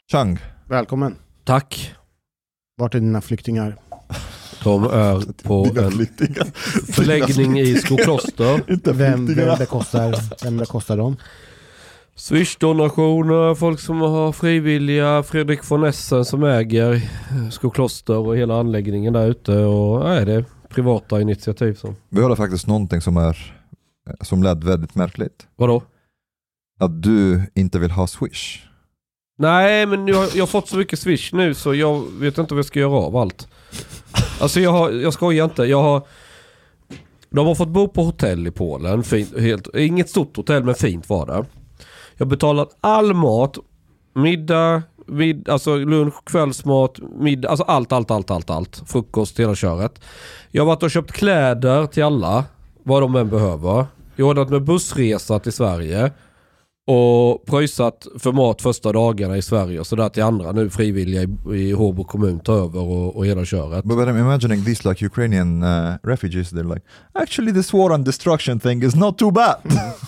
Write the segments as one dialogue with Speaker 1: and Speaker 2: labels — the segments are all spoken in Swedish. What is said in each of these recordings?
Speaker 1: Chang.
Speaker 2: Välkommen.
Speaker 3: Tack.
Speaker 2: Vart är dina flyktingar?
Speaker 3: De är på en förläggning i Skokloster.
Speaker 2: Vem bekostar dem?
Speaker 3: Swish-donationer, folk som har frivilliga, Fredrik von Essen som äger Skokloster och hela anläggningen där ute, och det är privata initiativ som.
Speaker 1: Vi har faktiskt någonting som lät väldigt märkligt.
Speaker 3: Vadå?
Speaker 1: Att du inte vill ha Swish.
Speaker 3: Nej, men jag har fått så mycket Swish nu så jag vet inte vad jag ska göra av allt. Alltså jag skojar inte. De har fått bo på hotell i Polen. Fint, inget stort hotell, men fint var det. Jag har betalat all mat, middag, alltså lunch, kvällsmat, middag, alltså allt. Frukost, hela köret. Jag har varit och köpt kläder till alla, vad de än behöver. Jag har ordnat med bussresa till Sverige. Och pröjsat för mat första dagarna i Sverige och sådär till andra nu frivilliga i Håbo kommun tar över och hela köret.
Speaker 1: But I'm imagining these like Ukrainian refugees, they're like, actually this war and destruction thing is not too bad.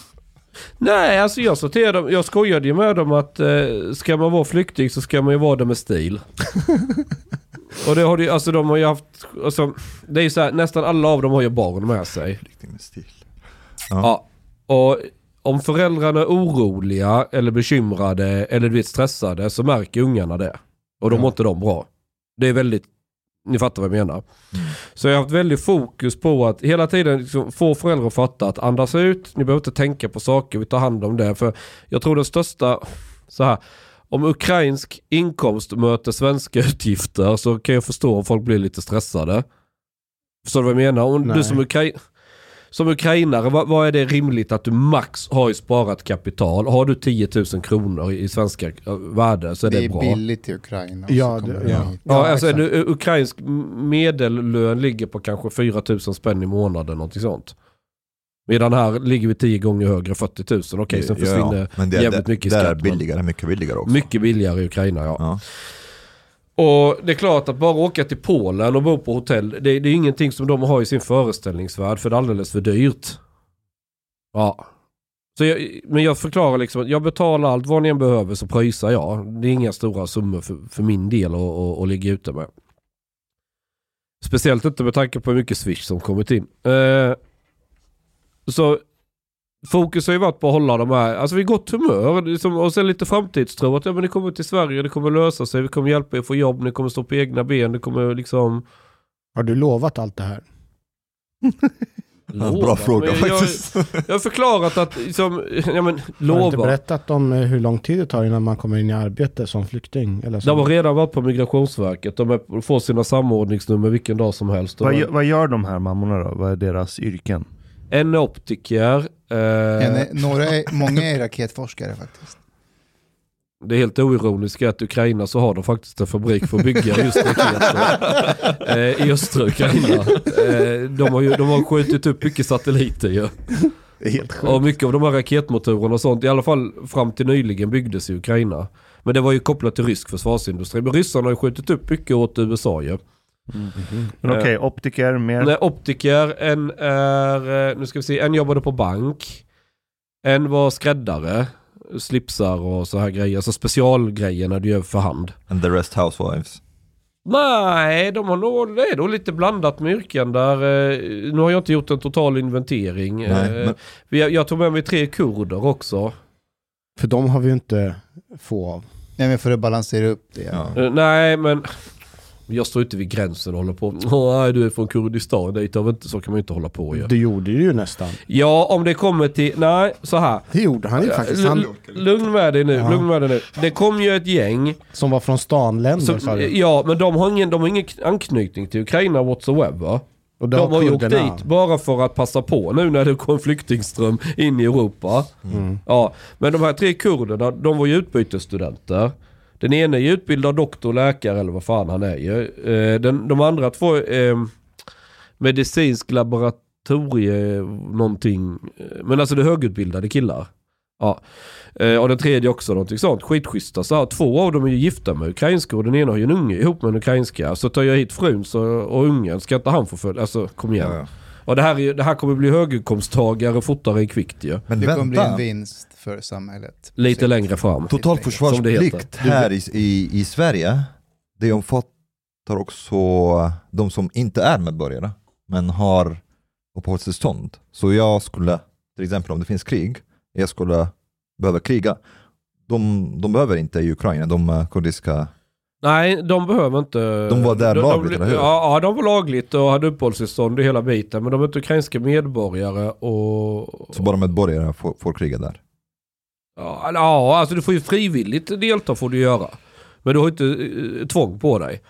Speaker 3: Nej, alltså jag skojade ju med dem att ska man vara flykting så ska man ju vara det med stil. Och det har ju, alltså de har ju haft, alltså, det är ju så här, nästan alla av dem har ju barn med sig.
Speaker 1: Flykting med stil.
Speaker 3: Ja, och om föräldrarna är oroliga eller bekymrade eller stressade så märker ungarna det. Och då mår inte de bra. Det är väldigt, ni fattar vad jag menar. Så jag har haft väldigt fokus på att hela tiden liksom få föräldrar att fatta att andas ut. Ni behöver inte tänka på saker, vi tar hand om det. För jag tror den största, så här, om ukrainsk inkomst möter svenska utgifter så kan jag förstå om folk blir lite stressade. Förstår du vad jag menar? Om du som ukrainare, vad är det rimligt att du max har ju sparat kapital? Har du 10 000 kronor i svenska värde så är det bra.
Speaker 4: Det är billigt i Ukraina.
Speaker 3: Alltså ukrainsk medellön ligger på kanske 4 000 spänn i månaden, något sånt. Medan här ligger vi 10 gånger högre, 40 000. Okej, sen försvinner
Speaker 1: men
Speaker 3: jävligt mycket skatt.
Speaker 1: Det är billigare, mycket billigare också.
Speaker 3: Mycket billigare i Ukraina, ja. Och det är klart att bara åka till Polen och bo på hotell, det är ingenting som de har i sin föreställningsvärld, för det är alldeles för dyrt. Ja. Så men jag förklarar liksom att jag betalar allt vad ni än behöver, så pröjsar jag. Det är inga stora summor för min del att ligga ute med. Speciellt inte med tanke på hur mycket Swish som kommit in. Så fokus har ju varit på att hålla de här, alltså vi har gott humör liksom, och sen lite framtidstro att men ni kommer till Sverige, det kommer lösa sig, vi kommer hjälpa er få jobb, ni kommer stå på egna ben, det kommer liksom.
Speaker 2: Har du lovat allt det här?
Speaker 1: Bra fråga faktiskt.
Speaker 3: Jag har förklarat att liksom, lova.
Speaker 2: Har du inte berättat om hur lång tid det tar innan man kommer in i arbete som flykting? Eller
Speaker 3: de har redan varit på Migrationsverket, de får sina samordningsnummer vilken dag som helst.
Speaker 5: Vad gör de här mammorna då? Vad är deras yrken?
Speaker 3: En optiker.
Speaker 4: Många är raketforskare faktiskt.
Speaker 3: Det är helt oironiskt att Ukraina så har de faktiskt en fabrik för att bygga just raketer i östra Ukraina. De har skjutit upp mycket satelliter ju.
Speaker 2: Det är helt sjukt.
Speaker 3: Och mycket av de här raketmotorerna och sånt, i alla fall fram till nyligen, byggdes i Ukraina. Men det var ju kopplat till rysk försvarsindustri. Men ryssarna har ju skjutit upp mycket åt USA ju.
Speaker 5: Men okej, optiker mer.
Speaker 3: Nej, optiker, en jobbade på bank, en var skräddare, slipsar och så här grejer, alltså specialgrejer när du gör för hand.
Speaker 1: And the rest housewives.
Speaker 3: Nej, det är då lite blandat med yrken där. Nu har jag inte gjort en total inventering. Jag tog med mig 3 kurder också.
Speaker 2: För de har vi ju inte få av.
Speaker 4: Nej, men för att balansera upp det.
Speaker 1: Ja.
Speaker 3: Nej, men jag står inte vid gränsen och håller på. Nej, du är från Kurdistan. Det är inte, så kan man inte hålla på. Ja.
Speaker 2: Det gjorde ju nästan.
Speaker 3: Ja, om det kommer till. Nej, så här.
Speaker 2: Det gjorde han ju faktiskt.
Speaker 3: Lugn med dig nu. Det kom ju ett gäng
Speaker 2: som var från stanländer.
Speaker 3: Ja, men de har ingen anknytning till Ukraina whatsoever. Och de har gjort dit bara för att passa på nu när det kom flyktingström in i Europa. Ja, men de här 3 kurderna, de var ju utbytesstudenter. Den ena är utbildad doktor, läkare eller vad fan han är ju. De andra 2 medicinsk laboratorie någonting. Men alltså det är högutbildade killar. Ja. Och den tredje också någonting sånt. Skitschyssta. Så 2 av dem är ju gifta med ukrainska och den ena har ju en unge ihop med en ukrainska. Så tar jag hit frun och ungen. Ska inte han få följa? Alltså kom igen. Och det här kommer bli höginkomsttagare fortare än kvickt ju.
Speaker 1: Men
Speaker 4: Det kommer bli en
Speaker 1: vänta,
Speaker 4: vinst för samhället.
Speaker 3: Lite längre fram.
Speaker 1: totalförsvarsplikt här i Sverige, det omfattar också de som inte är medborgare men har uppehållstillstånd. Så jag skulle, till exempel om det finns krig, jag skulle behöva kriga. De behöver inte i Ukraina, de kurdiska.
Speaker 3: Nej, de behöver inte.
Speaker 1: De var där lagligt, eller hur?
Speaker 3: Ja, de var lagligt och hade uppehållstillstånd i hela biten. Men de är inte ukrainska medborgare och...
Speaker 1: Så bara medborgare får kriga där.
Speaker 3: Ja, alltså du får ju frivilligt delta får du göra. Men du har inte tvång på dig.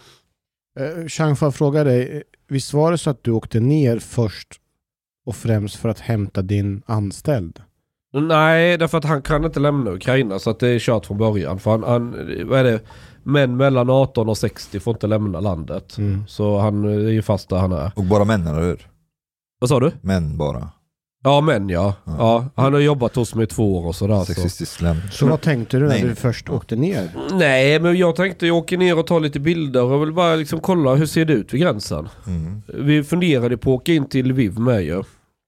Speaker 2: Chang, får jag fråga dig, visst var det så att du åkte ner först och främst för att hämta din anställd?
Speaker 3: Nej, därför att han kan inte lämna Ukraina så att det är kört från början. För han vad är det? Män mellan 18 och 60 får inte lämna landet. Så han är ju fast där han är.
Speaker 1: Och bara män, eller hur?
Speaker 3: Vad sa du?
Speaker 1: Män bara.
Speaker 3: Ja, män ja. Han har jobbat hos mig i 2 år och sådär.
Speaker 1: Sexistiskt lämn.
Speaker 2: Så vad tänkte du när
Speaker 1: Nej.
Speaker 2: du först åkte ner?
Speaker 3: Nej, men jag tänkte jag åker ner och tar lite bilder och vill bara liksom kolla hur ser det ut vid gränsen. Vi funderade på att åka in till Lviv med ju.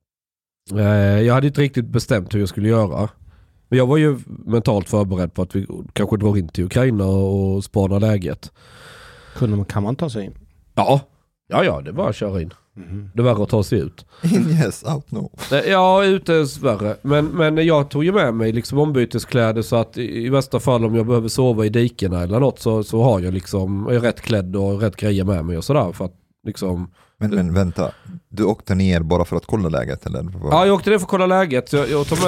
Speaker 3: Jag hade inte riktigt bestämt hur jag skulle göra. Men jag var ju mentalt förberedd på att vi kanske drar in till Ukraina och spanar läget.
Speaker 2: Kan man ta sig in?
Speaker 3: Ja, det är bara att köra in. Det är värre att ta sig ut.
Speaker 1: In yes, out no.
Speaker 3: Ja, ute är värre. Men jag tog ju med mig liksom ombyteskläder så att i värsta fall om jag behöver sova i dikerna eller något så har jag liksom är rätt klädd och rätt grejer med mig och sådär för att liksom...
Speaker 1: Men vänta, du åkte ner bara för att kolla läget eller?
Speaker 3: Ja, jag åkte ner för att kolla läget. Jag tar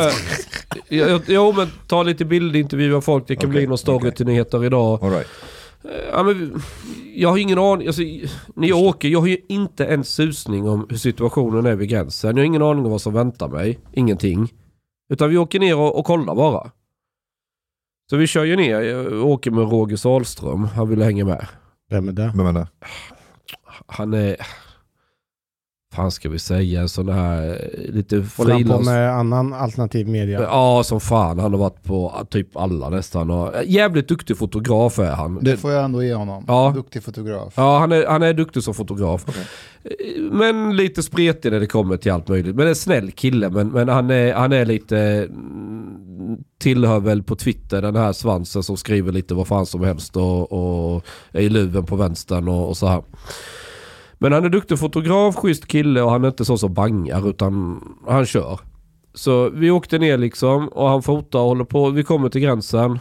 Speaker 3: med men ta lite bilder, intervjua folk. Det kan bli någon story till nyheter idag.
Speaker 1: All right.
Speaker 3: Ja, men jag har ingen aning, alltså, när jag åker, jag har ju inte en susning om hur situationen är vid gränsen. Jag har ingen aning om vad som väntar mig, ingenting. Utan vi åker ner och kollar bara. Så vi kör ju ner, jag åker med Roger Salström, han ville hänga med.
Speaker 2: Vem är det?
Speaker 3: Han är... Fan ska vi säga sån här lite
Speaker 2: Håller han på
Speaker 3: frilans.
Speaker 2: med annan alternativ media?
Speaker 3: Ja, som fan. Han har varit på typ alla nästan. Och jävligt duktig fotograf är han.
Speaker 4: Det får jag ändå ge honom.
Speaker 3: Ja.
Speaker 4: Duktig fotograf.
Speaker 3: Ja, han är duktig som fotograf. Okay. Men lite spretig när det kommer till allt möjligt. Men en snäll kille. Men han är lite... Tillhör väl på Twitter den här svansen som skriver lite vad fan som helst. Och är i luven på vänstern och så här. Men han är duktig fotograf, schysst kille och han är inte så som bangar utan han kör. Så vi åkte ner liksom och han fotar och håller på. Vi kommer till gränsen.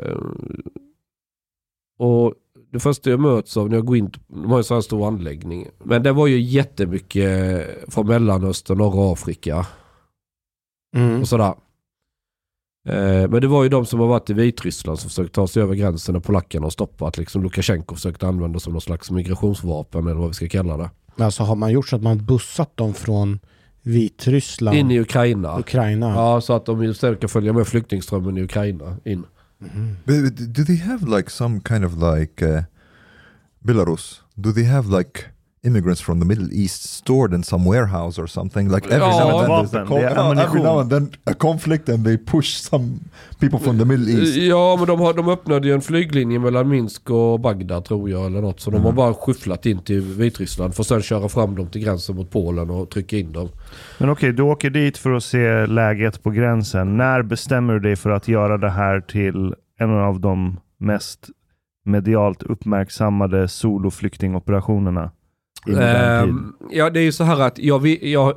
Speaker 3: Och det första jag möts av när jag går in, de har ju så här stor anläggning. Men det var ju jättemycket från Mellanöstern, norra Afrika. Och sådär. Men det var ju de som har varit i Vitryssland som försökt ta sig över gränsen och polackerna och stoppat. Liksom Lukasjenko försökte använda som någon slags migrationsvapen eller vad vi ska kalla det.
Speaker 2: Alltså har man gjort så att man bussat dem från Vitryssland
Speaker 3: in i Ukraina. Ja, så att de istället kan följa med flyktingströmmen i Ukraina in.
Speaker 1: But do they have like some kind of like Belarus? Do they have like immigrants from the Middle East stored in some warehouse or something? Like every now and then a conflict and they push some people from the Middle East.
Speaker 3: Ja, men de öppnade ju en flyglinje mellan Minsk och Bagdad tror jag eller något. Så de har bara skyfflat in till Vitryssland för att sen köra fram dem till gränsen mot Polen och trycka in dem.
Speaker 5: Men okej, du åker dit för att se läget på gränsen. När bestämmer du dig för att göra det här till en av de mest medialt uppmärksammade soloflyktingoperationerna?
Speaker 3: Ja, det är ju så här att jag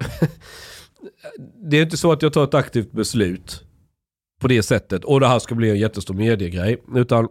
Speaker 3: det är inte så att jag tar ett aktivt beslut på det sättet och det här ska bli en jättestor mediegrej utan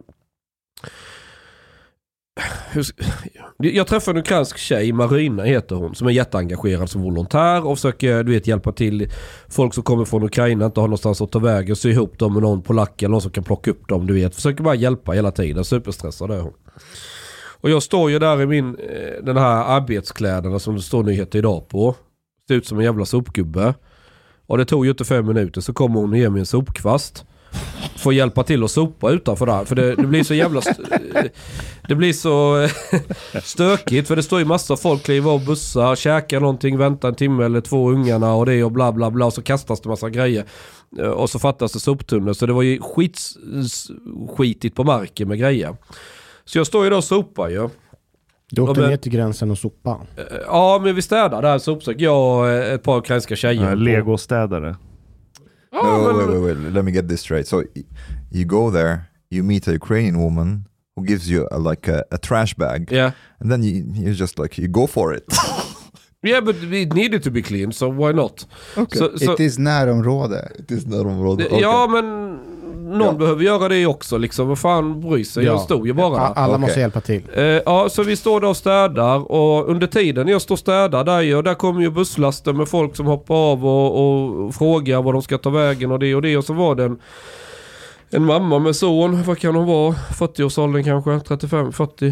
Speaker 3: jag träffade en ukrainsk tjej, Marina heter hon, som är jätteengagerad som volontär och försöker hjälpa till folk som kommer från Ukraina, inte har någonstans att ta vägen, sy ihop dem med någon polack eller någon som kan plocka upp dem, försöker bara hjälpa hela tiden, superstressad är hon. Och jag står ju där i den här arbetskläderna som det står nyheter idag på. Ser ut som en jävla sopgubbe. Och det tog ju inte 5 minuter så kommer hon och ger mig en sopkvast. Får hjälpa till att sopa utanför där. För det blir så jävla... det blir så stökigt. För det står ju massa folk kliva av bussar, käka någonting, vänta en timme eller 2 ungarna och det och bla bla bla. Och så kastas det massa grejer. Och så fattas det soptunnor. Så det var ju skitigt på marken med grejer. Så jag står ju där och sopar ju.
Speaker 2: Du åkte ner till gränsen och sopa.
Speaker 3: Ja, men vi städade där sopsäck. Jag och ett par ukrainska tjejer.
Speaker 5: Lego-städare.
Speaker 1: Wait. Let me get this straight. So you go there, you meet a Ukrainian woman who gives you a trash bag, and then you just like you go for it.
Speaker 3: Yeah, but it needed to be clean, so why not?
Speaker 4: Okay. It is närområde.
Speaker 1: Okay.
Speaker 3: Ja, men någon behöver göra det också liksom. Vad fan bryr sig? Jag stod ju bara där.
Speaker 2: Alla måste hjälpa till.
Speaker 3: Ja, så vi står där och städar, och under tiden jag står och städar där kommer ju busslaster med folk som hoppar av och frågar vad de ska ta vägen och det, och så var det en mamma med son, vad kan hon vara? 40-årsåldern kanske, 35-40.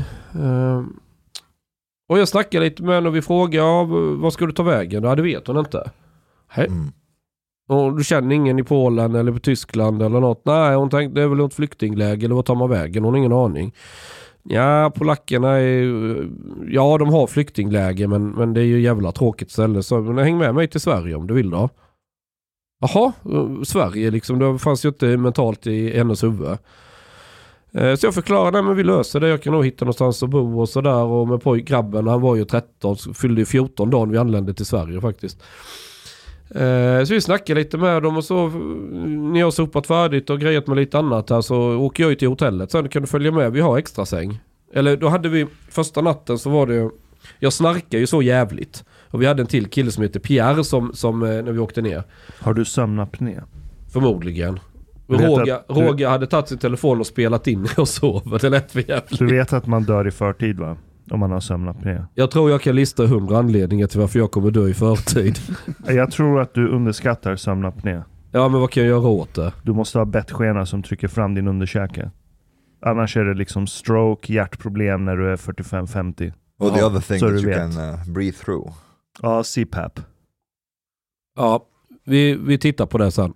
Speaker 3: Och jag snackar lite med henne och vi frågar, vad ska du ta vägen? Ja, det vet hon inte. Hej. Och du känner ingen i Polen eller på Tyskland eller något? Nej, hon tänkte det är väl något flyktingläge eller vad tar man vägen? Hon har ingen aning. Ja, polackerna de har flyktingläge men det är ju jävla tråkigt ställe. Så men häng med mig till Sverige om du vill då. Jaha, Sverige liksom, det fanns ju inte mentalt i hennes huvud. Så jag förklarade, men vi löser det. Jag kan nog hitta någonstans att bo och sådär. Och med grabben, han var ju 13, fyllde 14 dagen vi anlände till Sverige faktiskt. Så vi snackade lite med dem och så när jag har sopat färdigt och grejat med lite annat här så åker jag ju till hotellet. Sen kan du följa med, vi har extra säng. Eller då hade vi, första natten så var det, jag snarkade ju så jävligt. Och vi hade en till kille som heter Pierre som när vi åkte ner.
Speaker 5: Har du sömnapné?
Speaker 3: Förmodligen. Roger hade tagit sin telefon och spelat in och sov. Det lät för jävligt.
Speaker 5: Du vet att man dör i förtid, va? Om man har sömnapné.
Speaker 3: Jag tror jag kan lista 100 anledningar till varför jag kommer dö i förtid.
Speaker 5: Jag tror att du underskattar sömnapné.
Speaker 3: Ja, men vad kan jag göra åt det?
Speaker 5: Du måste ha bettskena som trycker fram din underkäke. Annars är det liksom stroke, hjärtproblem när du är 45-50.
Speaker 1: Och the other thing that you can breathe through.
Speaker 5: Ja, CPAP.
Speaker 3: Ja, vi tittar på det sen.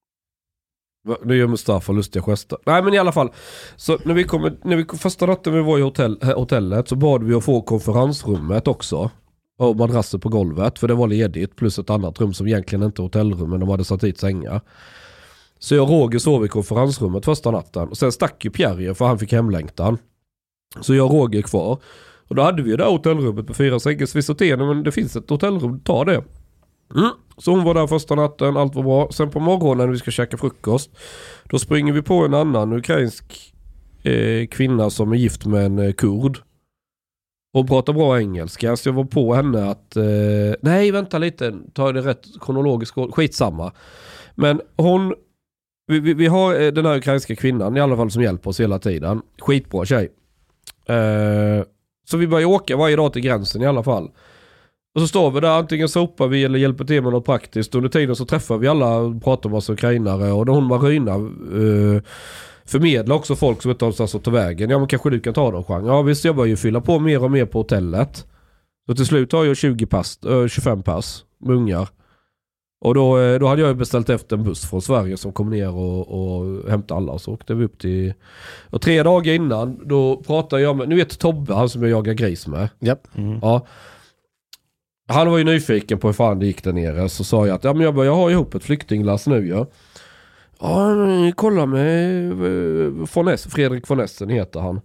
Speaker 3: Nu gör Mustafa lustiga gester. Nej, men i alla fall. Så när vi första natten vi var i hotellet så bad vi att få konferensrummet också. Och madrasser på golvet. För det var ledigt. Plus ett annat rum som egentligen inte är hotellrum. Men de hade satt hit sängar. Så jag och Roger sov i konferensrummet första natten. Och sen stack ju Pierre för han fick hemlängtan. Så jag och Roger kvar. Och då hade vi ju det här hotellrummet med 4 sängar. Så vi sa till henne, men det finns ett hotellrum, ta det. Så hon var där första natten, allt var bra. Sen på morgonen när vi ska käka frukost, då springer vi på en annan ukrainsk kvinna som är gift med en kurd. Och pratar bra engelska. Så jag var på henne att nej, vänta lite, ta det rätt kronologiskt, skitsamma. Men vi har den här ukrainska kvinnan i alla fall som hjälper oss hela tiden. Skitbra tjej. Så vi börjar åka varje dag till gränsen i alla fall. Och så står vi där, antingen sopar vi eller hjälper till med något praktiskt. Under tiden så träffar vi alla och pratar med oss ukrainare. Och då hon Marina förmedlar också folk som inte har någonstans att ta vägen. Ja, men kanske du kan ta dem, Jean. Ja, visst, jag börjar ju fylla på mer och mer på hotellet. Så till slut har jag 25 pass med ungar. Och då hade jag beställt efter en buss från Sverige som kom ner och hämtade alla. Så åkte vi upp till... Och 3 dagar innan, då pratade jag med... Nu vet Tobbe, han som jag jagar gris med.
Speaker 2: Yep.
Speaker 3: Ja. Han var ju nyfiken på hur fan det gick där nere. Så sa jag att ja, men jag har ihop ett flyktinglass nu. Ja, kolla med Fredrik von Essen heter han.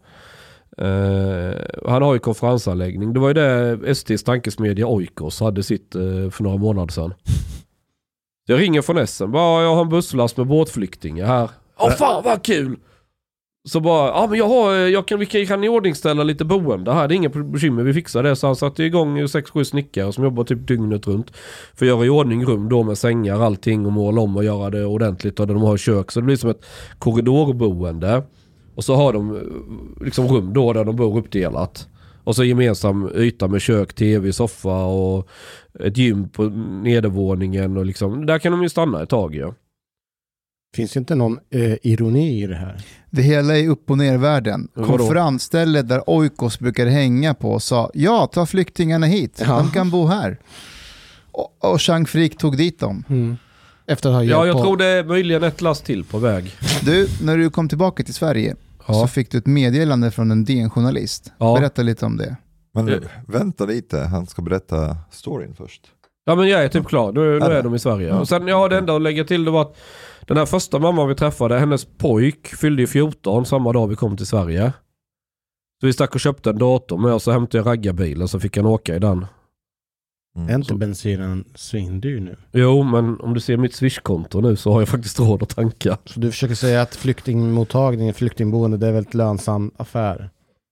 Speaker 3: Han har ju konferensanläggning. Det var ju det ST:s tankesmedja Oikos hade sitt för några månader sedan. Jag ringer von Essen. Bara, jag har en busslast med båtflyktingar här. Fan vad kul! Så bara, ja men vi kan iordningställa lite boende här. Det är inga bekymmer, vi fixar det. Så han satte igång 6-7 snickare som jobbar typ dygnet runt. För att göra i ordning rum då med sängar, allting och måla om och göra det ordentligt. Och de har kök, så det blir som ett korridorboende. Och så har de liksom rum då där de bor uppdelat. Och så gemensam yta med kök, tv, soffa och ett gym på nedervåningen. Och liksom, där kan de ju stanna ett tag, ja.
Speaker 2: Finns inte någon ironi i det här?
Speaker 4: Det hela är upp- och nervärlden. Konferensstället där Oikos brukar hänga på sa, ja, ta flyktingarna hit. Ja. De kan bo här. Och Jean Frick tog dit dem.
Speaker 2: Mm. Efter att ha hjälpt
Speaker 3: jag tror det är möjligen ett last till på väg.
Speaker 4: Du, när du kom tillbaka till Sverige så fick du ett meddelande från en DN-journalist. Ja. Berätta lite om det.
Speaker 1: Men vänta lite, han ska berätta storyn först.
Speaker 3: Ja, men jag är typ klar. Nu är de i Sverige. Och sen, det enda att lägga till det var att den här första mamman vi träffade, hennes pojk fyllde 14 samma dag vi kom till Sverige. Så vi stack och köpte en dator med och så hämtade jag raggarbilen så fick han åka i den.
Speaker 2: Är inte bensinen svindyr nu?
Speaker 3: Jo, men om du ser mitt Swish-konto nu så har jag faktiskt råd att tanka.
Speaker 2: Så du försöker säga att flyktingmottagning, flyktingboende, det är väldigt lönsam affär?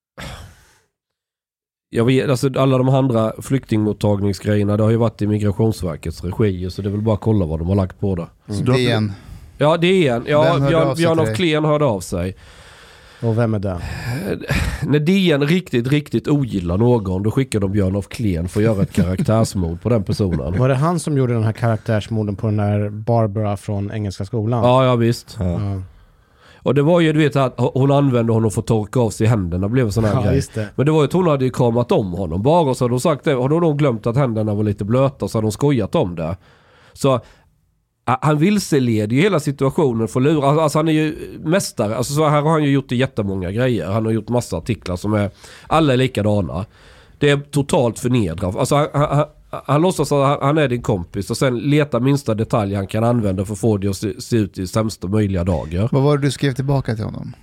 Speaker 3: Jag vet, alltså alla de andra flyktingmottagningsgrejerna, det har ju varit i Migrationsverkets regi, så det är väl bara att kolla vad de har lagt på det.
Speaker 4: DN.
Speaker 3: Ja, DN. Ja, Björn af
Speaker 4: dig?
Speaker 3: Kleen hörde av sig.
Speaker 2: Och vem är det?
Speaker 3: När DN riktigt ogillar någon, då skickar de Björn af Kleen för att göra ett karaktärsmord på den personen.
Speaker 2: Var det han som gjorde den här karaktärsmorden på den där Barbara från Engelska skolan?
Speaker 3: Ja, visst.
Speaker 2: Ja.
Speaker 3: Och det var ju, du vet, att hon använde honom för att torka av sig händerna, blev en sån här grej.
Speaker 2: Just det.
Speaker 3: Men det var ju att hon hade ju kamat om honom bara, och så hade de sagt det, och då hade de glömt att händerna var lite blöta, så hade de skojat om det. Så han vilseleder ju hela situationen för att lura. Alltså han är ju mästare. Alltså så här har han ju gjort jättemånga grejer. Han har gjort massa artiklar som är alla är likadana. Det är totalt förnedrande. Alltså han låtsas att han är din kompis och sen letar minsta detalj han kan använda för att få det att se ut i sämsta möjliga dagar.
Speaker 4: Vad var det du skrev tillbaka till honom?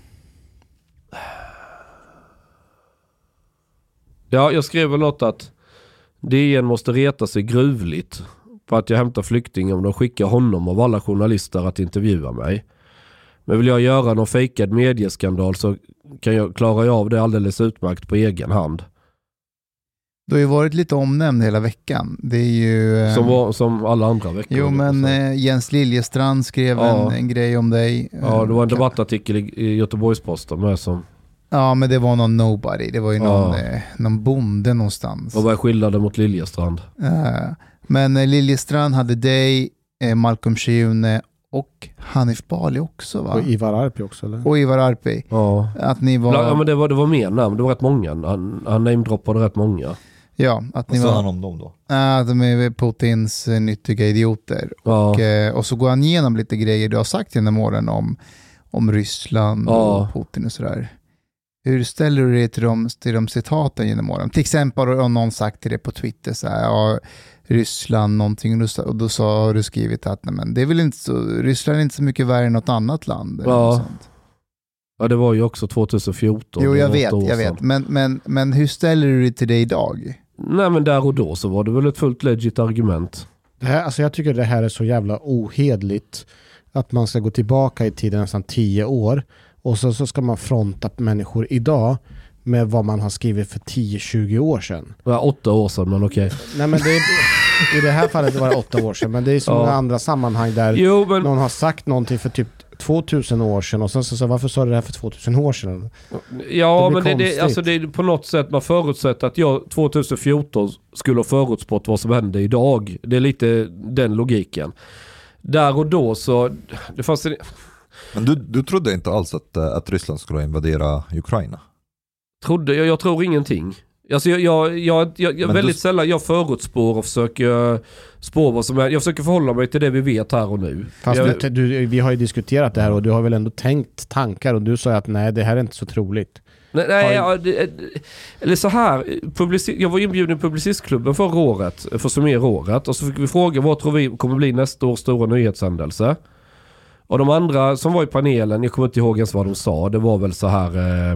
Speaker 3: Ja, jag skrev väl något att DN måste reta sig gruvligt på att jag hämtar flyktingar om de skickar honom av alla journalister att intervjua mig. Men vill jag göra någon fejkad medieskandal så klarar jag av det alldeles utmärkt på egen hand.
Speaker 4: Du har ju varit lite omnämnd hela veckan. Det är ju...
Speaker 3: Som alla andra veckor.
Speaker 4: Jo, men Jens Liljestrand skrev en grej om dig.
Speaker 3: Ja, det var en debattartikel i Göteborgs-Posten med som...
Speaker 4: Ja, men det var någon nobody. Det var ju någon bonde någonstans.
Speaker 3: Och vad är skillnaden mot Liljestrand?
Speaker 4: Men Liljestrand hade dig, Malcolm Schiune och Hanif Bali också, va?
Speaker 2: Och Ivar Arpi också, eller?
Speaker 4: Och Ivar Arpi.
Speaker 3: Ja.
Speaker 4: Att ni var...
Speaker 3: Ja, men det var mer namn. Det var rätt många. Han namedroppade rätt många.
Speaker 4: Ja, att ni
Speaker 1: Vad
Speaker 4: var...
Speaker 1: sa han om dem då?
Speaker 4: Att de är Putins nyttiga idioter.
Speaker 3: Ja.
Speaker 4: Och så går han igenom lite grejer du har sagt genom åren om Ryssland och Putin och sådär. Hur ställer du dig till de citaten genom åren? Till exempel har någon sagt till dig på Twitter så här, ja, Ryssland någonting, och då har du skrivit att nej, men det är väl inte så, Ryssland är inte så mycket värre än något annat land. Eller något sånt.
Speaker 3: Ja, det var ju också 2014.
Speaker 4: Jo, jag vet. Men hur ställer du dig till det idag?
Speaker 3: Nej, men där och då så var det väl ett fullt legit argument.
Speaker 2: Det här, alltså jag tycker det här är så jävla ohedligt att man ska gå tillbaka i tiden nästan 10 år och så ska man fronta människor idag med vad man har skrivit för 10-20 år sedan.
Speaker 3: Det var 8 år sedan, men okej.
Speaker 2: Nej, men i det här fallet var det 8 år sedan, men det är så många andra sammanhang där någon har sagt någonting för typ 2000 år sedan och sen så varför sa du det här för 2000 år sedan?
Speaker 3: Ja, men det är på något sätt man förutsätter att jag 2014 skulle ha förutspått vad som hände idag. Det är lite den logiken. Där och då så det fanns en...
Speaker 1: Men du trodde inte alls att Ryssland skulle invadera Ukraina?
Speaker 3: Jag tror ingenting. Alltså jag väldigt sällan jag förutspår och försöker spå vad som är. Jag försöker förhålla mig till det vi vet här och nu.
Speaker 2: Fast vi har ju diskuterat det här och du har väl ändå tänkt tankar och du sa att nej, det här är inte så troligt.
Speaker 3: Eller så här, jag var inbjuden i Publicistklubben förra året för att summera året och så fick vi fråga vad tror vi kommer bli nästa års stora nyhetshändelse. Och de andra som var i panelen, jag kommer inte ihåg ens vad de sa, det var väl så här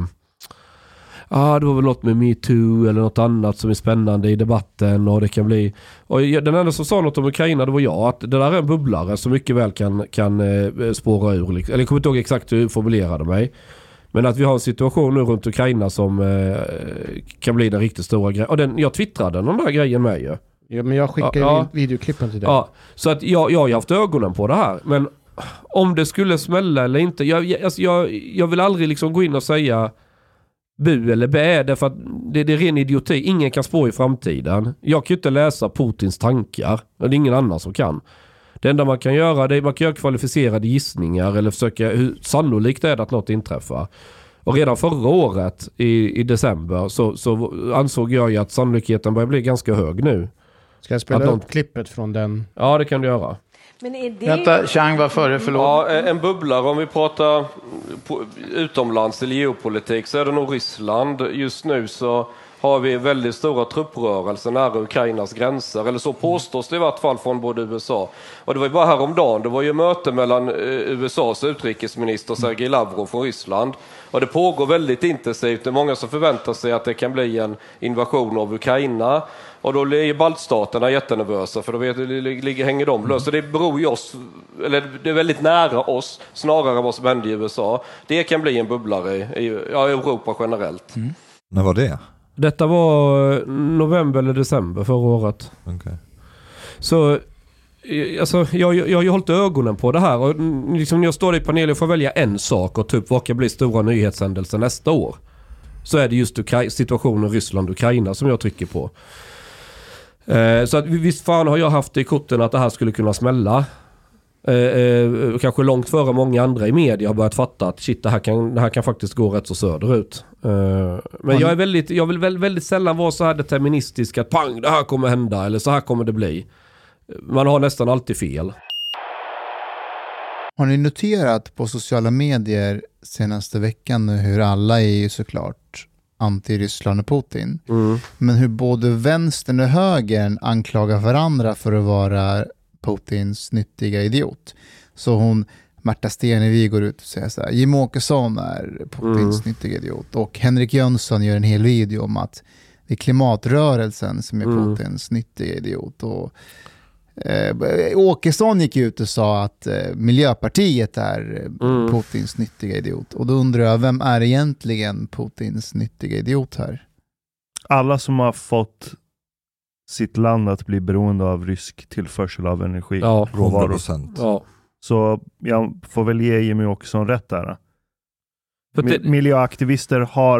Speaker 3: det var väl något med Me Too eller något annat som är spännande i debatten och det kan bli... Och den enda som sa något om Ukraina, det var jag, att det där är en bubblare som mycket väl kan spåra ur. Eller jag kommer inte ihåg exakt hur jag formulerade mig. Men att vi har en situation nu runt Ukraina som kan bli den riktigt stora grejen. Och jag twittrade den där grejen med ju.
Speaker 2: Ja, men jag skickade videoklippen till dig.
Speaker 3: Ja, så att jag har haft ögonen på det här. Men om det skulle smälla eller inte, jag vill aldrig liksom gå in och säga bu eller bä, därför att det är ren idioti. Ingen kan spå i framtiden. Jag kan ju inte läsa Putins tankar. Och det är ingen annan som kan. Det enda man kan göra, det är man kan göra kvalificerade gissningar eller försöka hur sannolikt är det att något inträffar. Och redan förra året i december så ansåg jag ju att sannolikheten börjar bli ganska hög nu.
Speaker 2: Ska jag spela upp klippet från den?
Speaker 3: Ja, det kan du göra.
Speaker 6: Men är det...
Speaker 7: Vänta, Chang var före, förlåt.
Speaker 3: Ja, en bubblare om vi pratar utomlands eller geopolitik så är det nog Ryssland. Just nu så har vi väldigt stora trupprörelser nära Ukrainas gränser. Eller så påstås det i vart fall från både USA. Och det var ju bara häromdagen, det var ju möte mellan USAs utrikesminister Sergej Lavrov från Ryssland. Och det pågår väldigt intensivt. Det är många som förväntar sig att det kan bli en invasion av Ukraina. Och då är baltstaterna jättenervösa för då hänger de lös. Så det beror ju oss, eller det är väldigt nära oss snarare än vad som händer i USA. Det kan bli en bubblare i Europa generellt.
Speaker 1: När var det?
Speaker 3: Detta var november eller december förra året.
Speaker 1: Okay.
Speaker 3: Så alltså, jag har ju hållit ögonen på det här. Och liksom när jag står i panelen och får välja en sak och typ vad kan bli stora nyhetshändelser nästa år. Så är det just situationen Ryssland-Ukraina som jag trycker på. Så att visst fan har jag haft i korten att det här skulle kunna smälla. Kanske långt före många andra i media har börjat fatta att shit, det här kan faktiskt gå rätt så söderut. Men jag vill väldigt sällan vara så här deterministisk att pang, det här kommer hända eller så här kommer det bli. Man har nästan alltid fel.
Speaker 4: Har ni noterat på sociala medier senaste veckan hur alla är ju såklart anti-Ryssland och Putin. Men hur både vänstern och högern anklagar varandra för att vara Putins nyttiga idiot. Så Märta Stenevi går ut och säger så här: Jimmie Åkesson är Putins nyttiga idiot. Och Henrik Jönsson gör en hel video om att det är klimatrörelsen som är Putins nyttiga idiot. Och Åkesson gick ut och sa att Miljöpartiet är Putins nyttiga idiot. Och då undrar jag, vem är egentligen Putins nyttiga idiot här?
Speaker 5: Alla som har fått sitt land att bli beroende av rysk tillförsel av energi.
Speaker 3: Ja,
Speaker 1: 100%.
Speaker 3: Ja.
Speaker 5: Så jag får väl ge Jimmie Åkesson rätt där. Miljöaktivister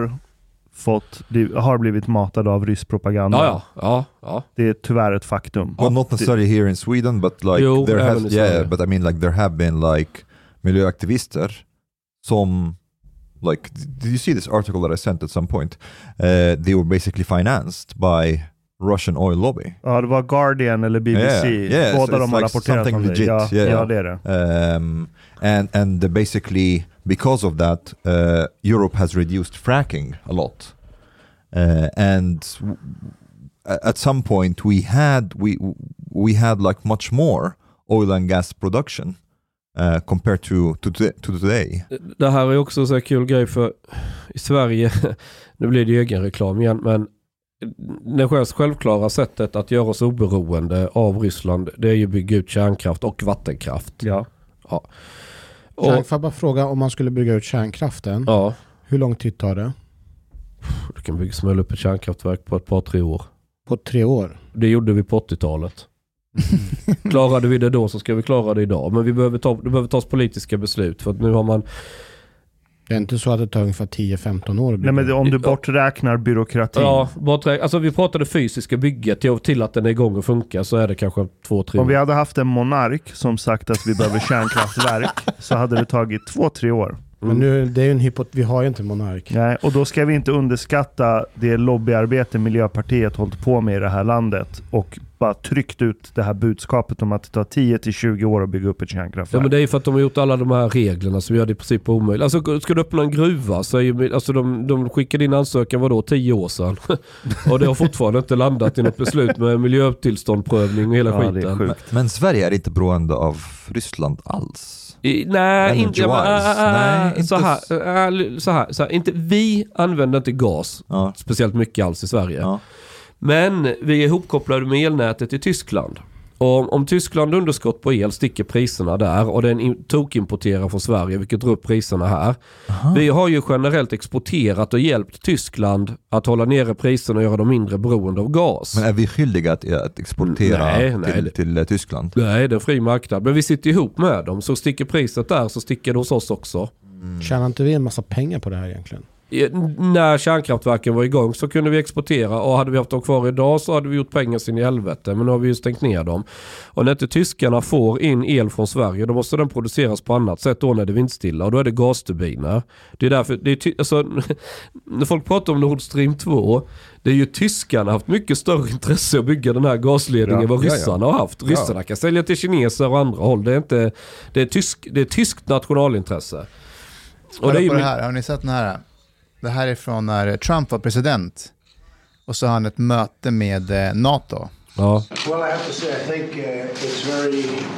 Speaker 5: har blivit matade av rysk propaganda.
Speaker 3: Ja.
Speaker 5: Det är tyvärr ett faktum.
Speaker 1: Well, not necessarily here in Sweden, but like but I mean like there have been like miljöaktivister som like, did you see this article that I sent at some point? They were basically financed by Russian oil lobby.
Speaker 5: Ja, det var Guardian eller BBC.
Speaker 1: Yeah,
Speaker 5: Båda de har rapporterat om
Speaker 1: legit.
Speaker 5: det. Ja, det är det.
Speaker 1: And basically because of that, Europe has reduced fracking a lot. And at some point we had like much more oil and gas production compared to today.
Speaker 3: Det här är också så kul grej för i Sverige, nu blir det ju egen reklam igen, men det självklara sättet att göra oss oberoende av Ryssland, det är ju bygga ut kärnkraft och vattenkraft.
Speaker 5: Ja.
Speaker 3: Och,
Speaker 2: får jag bara fråga, om man skulle bygga ut kärnkraften, hur lång tid tar det?
Speaker 3: Du kan smälla upp ett kärnkraftverk på ett par 3 år.
Speaker 2: På 3 år?
Speaker 3: Det gjorde vi på 80-talet. Klarade vi det då så ska vi klara det idag. Men det behöver tas politiska beslut för att nu har man...
Speaker 2: Det är inte så att det tar ungefär 10-15 år.
Speaker 5: Nej, men om du borträknar byråkratin.
Speaker 3: Ja, alltså vi pratade fysiska bygget till att den är igång och funkar, så är det kanske 2-3 år.
Speaker 5: Om vi hade haft en monark som sagt att vi behöver kärnkraftverk så hade det tagit 2-3 år.
Speaker 2: Men nu, det är ju vi har ju inte monark.
Speaker 5: Nej, och då ska vi inte underskatta det lobbyarbete Miljöpartiet hållit på med i det här landet och bara tryckt ut det här budskapet om att det tar 10-20 år att bygga upp ett kärnkraftverk.
Speaker 3: Ja, men det är ju för att de har gjort alla de här reglerna som gör det i princip omöjligt. Alltså ska du öppna en gruva så är ju, alltså de skickade in ansökan var då 10 år sedan. Och det har fortfarande inte landat i något beslut med miljötillståndprövning och hela skiten.
Speaker 5: Det är sjukt.
Speaker 1: Men Sverige är inte beroende av Ryssland alls.
Speaker 3: Nej, inte så här. Inte vi använder inte gas speciellt mycket alls i Sverige. Ja. Men vi är ihopkopplade med elnätet i Tyskland. Och om Tyskland underskott på el sticker priserna där och den tokimporterar från Sverige, vilket drar upp priserna här. Aha. Vi har ju generellt exporterat och hjälpt Tyskland att hålla nere priserna och göra dem mindre beroende av gas.
Speaker 1: Men är vi skyldiga att exportera till Tyskland?
Speaker 3: Nej, det är en fri marknad. Men vi sitter ihop med dem, så sticker priset där så sticker det hos oss också.
Speaker 2: Tjänar inte vi en massa pengar på det här egentligen?
Speaker 3: När kärnkraftverken var igång så kunde vi exportera, och hade vi haft dem kvar idag så hade vi gjort pengar sin i helvete, men nu har vi ju stängt ner dem. Och när inte tyskarna får in el från Sverige, då måste den produceras på annat sätt då när det är vindstilla, och då är det gasturbiner. Det är därför, när folk pratar om Nord Stream 2, det är ju tyskarna haft mycket större intresse att bygga den här gasledningen än vad ryssarna har haft. Ryssarna kan sälja till kineser och andra håll. Det är tyskt nationalintresse.
Speaker 4: Och det är ju det här, har ni sett den här? Det här är från när Trump var president. och så har han ett möte med NATO.
Speaker 3: Ja.
Speaker 6: Well, I have to say, I think it's very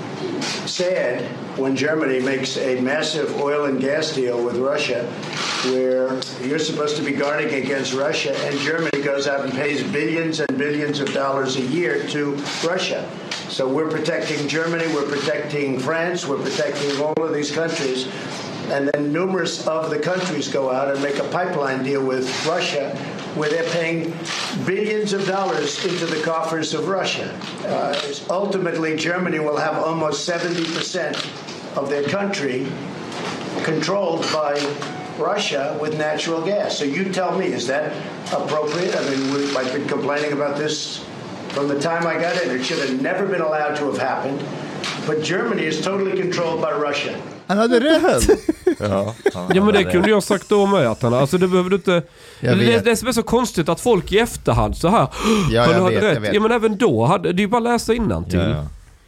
Speaker 6: sad when Germany makes a massive oil and gas deal with Russia, where you're supposed to be guarding against Russia, and Germany goes out and pays billions and billions of dollars a year to Russia. So we're protecting Germany, we're protecting France, we're protecting all of these countries. And then numerous of the countries go out and make a pipeline deal with Russia where they're paying billions of dollars into the coffers of Russia. Ultimately, Germany will have almost 70% of their country controlled by Russia with natural gas. So you tell me, is that appropriate? I mean, I've been complaining about this from the time I got in. It should have never been allowed to have happened. But Germany is totally controlled by Russia.
Speaker 4: Han hade rätt.
Speaker 3: Ja, men det kunde jag sagt då med att han, alltså det behöver du inte. Det som är så konstigt att folk i efterhand så här.
Speaker 4: Ja, jag vet.
Speaker 3: Ja, men även då hade det ju bara läsa innantill.
Speaker 1: Ja.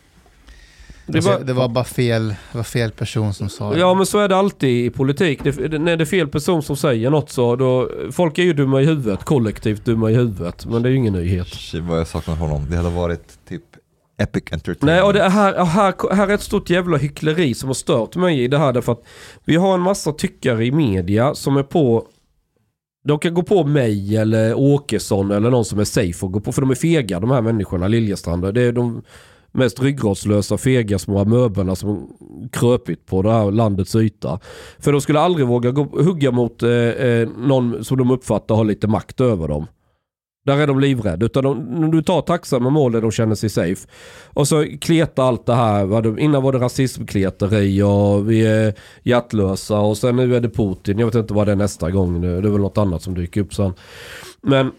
Speaker 4: Det var bara fel person som sa det.
Speaker 3: Ja, men så är det alltid i politik. När det är fel person som säger något så då, folk är ju dumma i huvudet, kollektivt dumma i huvudet, men det är ju ingen nyhet.
Speaker 1: Shit, vad jag saknar honom. Det hade varit typ epic entertainment.
Speaker 3: Nej, och det här är ett stort jävla hyckleri som har stört mig i det här, därför att vi har en massa tyckare i media som är på. De kan gå på mig eller Åkesson eller någon som är safe och gå på, för de är fega, de här människorna, Liljestrand. Det är de mest ryggradslösa, fega små möblerna som kröpit på det här landets yta. För de skulle aldrig våga hugga mot någon som de uppfattar har lite makt över dem. Där är de livrädda. Utan du tar tacksamma mål där de känner sig safe. Och så kleta allt det här. Innan var det rasismkleteri och vi är hjärtlösa. Och sen nu är det Putin. Jag vet inte vad det är nästa gång. Det är väl något annat som dyker upp sen. Men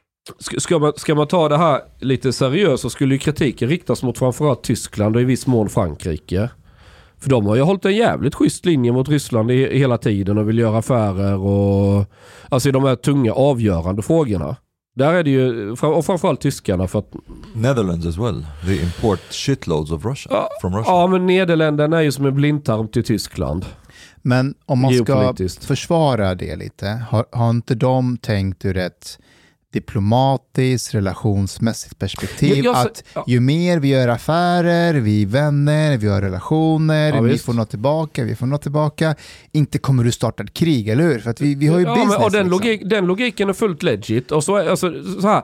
Speaker 3: ska man ta det här lite seriöst så skulle ju kritiken riktas mot framförallt Tyskland och i viss mån Frankrike. För de har ju hållit en jävligt schysst linje mot Ryssland hela tiden och vill göra affärer och alltså i de här tunga avgörande frågorna. Där är det ju, och framförallt tyskarna för att
Speaker 1: Netherlands as well. They import shitloads of Russia, from Russia.
Speaker 3: Ja, men Nederländerna är ju som en blindtarm till Tyskland.
Speaker 4: Men om man ska försvara det lite, har inte de tänkt ur ett diplomatiskt, relationsmässigt perspektiv att ju mer vi gör affärer, vi är vänner, vi har relationer, vi får något tillbaka, inte kommer du starta ett krig, eller hur? För att vi har ju business. Men,
Speaker 3: och den logiken är fullt legit. Och så här,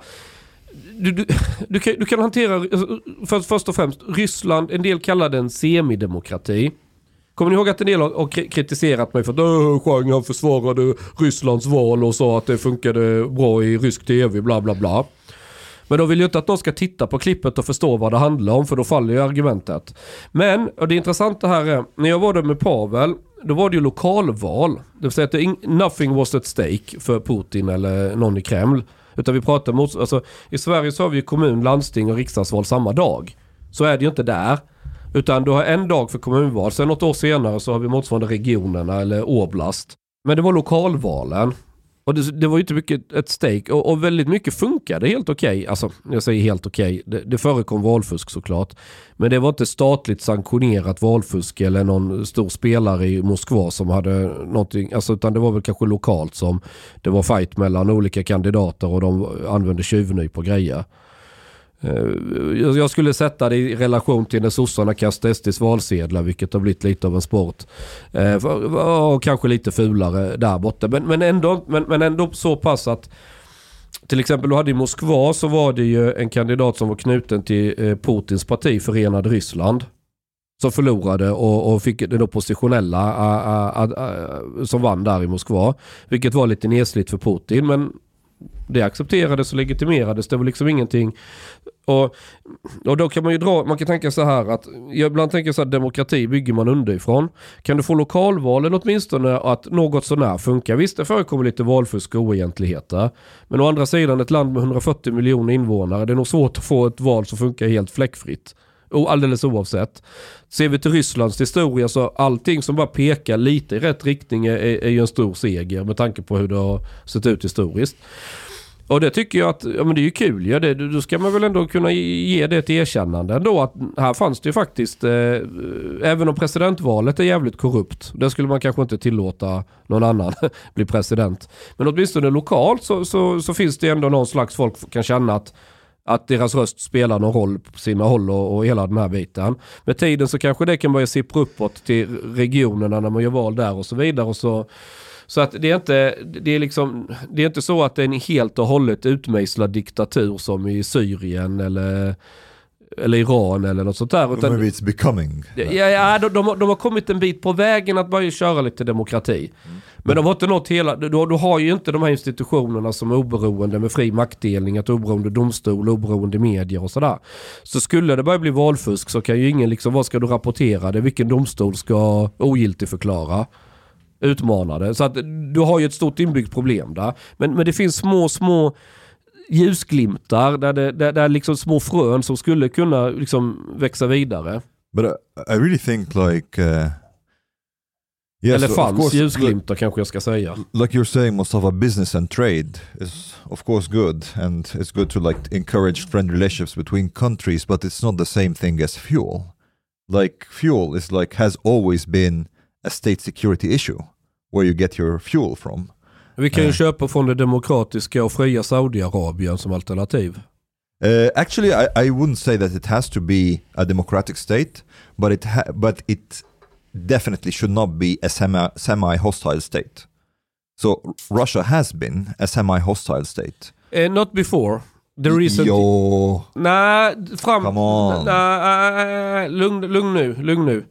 Speaker 3: du kan hantera först och främst Ryssland, en del kallar den semidemokrati. Kommer ni ihåg att en del har kritiserat mig för att Chang han försvarade Rysslands val och sa att det funkade bra i rysk tv, bla bla bla. Men då vill ju inte att någon ska titta på klippet och förstå vad det handlar om, för då faller ju argumentet. Men, och det intressanta här är, när jag var där med Pavel, då var det ju lokalval. Det vill säga att nothing was at stake för Putin eller någon i Kreml. Utan vi pratar mot, alltså i Sverige så har vi ju kommun, landsting och riksdagsval samma dag. Så är det ju inte där. Utan du har en dag för kommunval. Sen något år senare så har vi motsvarande regionerna eller oblast. Men det var lokalvalen. Och det var ju inte mycket ett stake. Och väldigt mycket funkade helt okej. Alltså, jag säger helt okej. Det förekom valfusk såklart. Men det var inte statligt sanktionerat valfusk eller någon stor spelare i Moskva som hade någonting. Alltså, utan det var väl kanske lokalt som det var fight mellan olika kandidater och de använde tjuvny på grejer. Jag skulle sätta det i relation till när sossarna kastade SDs valsedlar, vilket har blivit lite av en sport. Och kanske lite fulare där borta. Men ändå så pass att till exempel du hade i Moskva så var det ju en kandidat som var knuten till Putins parti Förenade Ryssland som förlorade och fick den oppositionella som vann där i Moskva. Vilket var lite nedsligt för Putin, men det accepterades och legitimerades. Det var liksom ingenting. Och då kan man ju man kan tänka så här att jag ibland tänker så att demokrati bygger man underifrån. Kan du få lokalval eller åtminstone att något sånär funkar? Visst, det förekommer lite valfusk och oegentligheter. Men å andra sidan ett land med 140 miljoner invånare, det är nog svårt att få ett val som funkar helt fläckfritt. Och alldeles oavsett. Ser vi till Rysslands historia så allting som bara pekar lite i rätt riktning är ju en stor seger med tanke på hur det har sett ut historiskt. Och det tycker jag att, ja men det är ju kul, ja, då ska man väl ändå kunna ge det ett erkännande ändå, att här fanns det ju faktiskt, även om presidentvalet är jävligt korrupt, där skulle man kanske inte tillåta någon annan bli president. Men åtminstone lokalt så finns det ändå någon slags folk kan känna att deras röst spelar någon roll på sina håll och hela den här biten. Med tiden så kanske det kan börja sippra uppåt till regionerna när man gör val där och så vidare, och så att det är inte så att det är en helt och hållet utmejslad diktatur som i Syrien eller Iran eller något sånt där. Utan,
Speaker 1: maybe it's becoming.
Speaker 3: Ja, de har kommit en bit på vägen att börja köra lite demokrati. Men de har inte nått hela, du har ju inte de här institutionerna som är oberoende med fri maktdelning, ett oberoende domstol, oberoende medier och sådär. Så skulle det börja bli valfusk så kan ju ingen liksom, vad ska du rapportera det? Vilken domstol ska ogiltigförklara? Utmanade. Så att du har ju ett stort inbyggt problem där. Men det finns små ljusglimtar där liksom små frön som skulle kunna liksom växa vidare.
Speaker 1: But I really think like yes,
Speaker 3: eller fanns
Speaker 1: course,
Speaker 3: ljusglimtar kanske jag ska säga.
Speaker 1: Like you're saying, Mustafa, business and trade is of course good, and it's good to like encourage friendly relationships between countries, but it's not the same thing as fuel. Like fuel is like has always been a state security issue where you get your fuel from.
Speaker 3: Vi kan ju köpa från det demokratiska och fria Saudiarabien som alternativ.
Speaker 1: Actually, I wouldn't say that it has to be a democratic state, but it definitely should not be a semi-hostile state. So Russia has been a semi-hostile state.
Speaker 3: Not before. The reason. Nej, fram.
Speaker 1: Come on.
Speaker 3: Nej, lugn nu.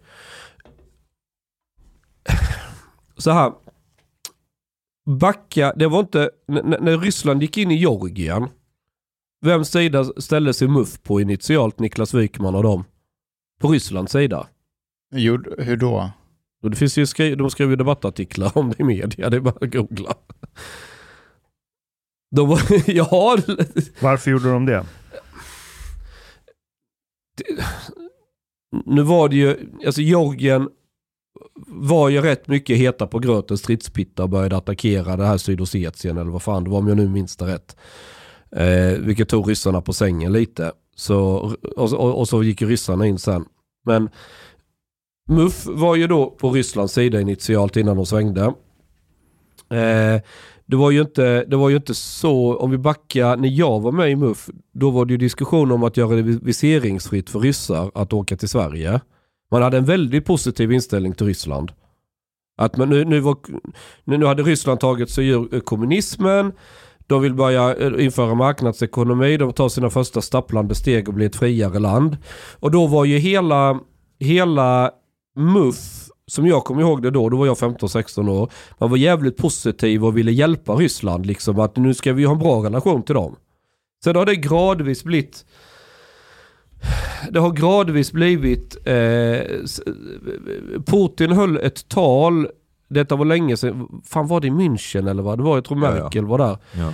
Speaker 3: Så här. Backa, det var inte när Ryssland gick in i Georgien. Vem sida ställde sig MUF på initialt, Niklas Wykman och dem? På Rysslands sida.
Speaker 4: Hur då?
Speaker 3: Och det finns ju de skrev ju debattartiklar om det i media, det är bara att googla. Ja.
Speaker 5: Varför gjorde de det?
Speaker 3: Nu var det ju, alltså Georgien var ju rätt mycket heta på gröten stridspitta och började attackera det här Sydossetien eller vad fan det var, om jag nu minns det rätt. Vilket tog ryssarna på sängen lite. Och så gick ju ryssarna in sen. Men MUF var ju då på Rysslands sida initialt innan de svängde. Det var ju inte så, om vi backar, när jag var med i MUF, då var det ju diskussion om att göra det viseringsfritt för ryssar att åka till Sverige. Man hade en väldigt positiv inställning till Ryssland. Att man nu hade Ryssland tagit sig ur kommunismen. De vill börja införa marknadsekonomi. De tar sina första stapplande steg och blir ett friare land. Och då var ju hela MUF, som jag kommer ihåg det då var jag 15-16 år. Man var jävligt positiv och ville hjälpa Ryssland. Liksom, att nu ska vi ha en bra relation till dem. Sen har det gradvis blivit... Putin höll ett tal, detta var länge sedan, fan var det i München eller vad det var, jag tror Merkel var där. Ja.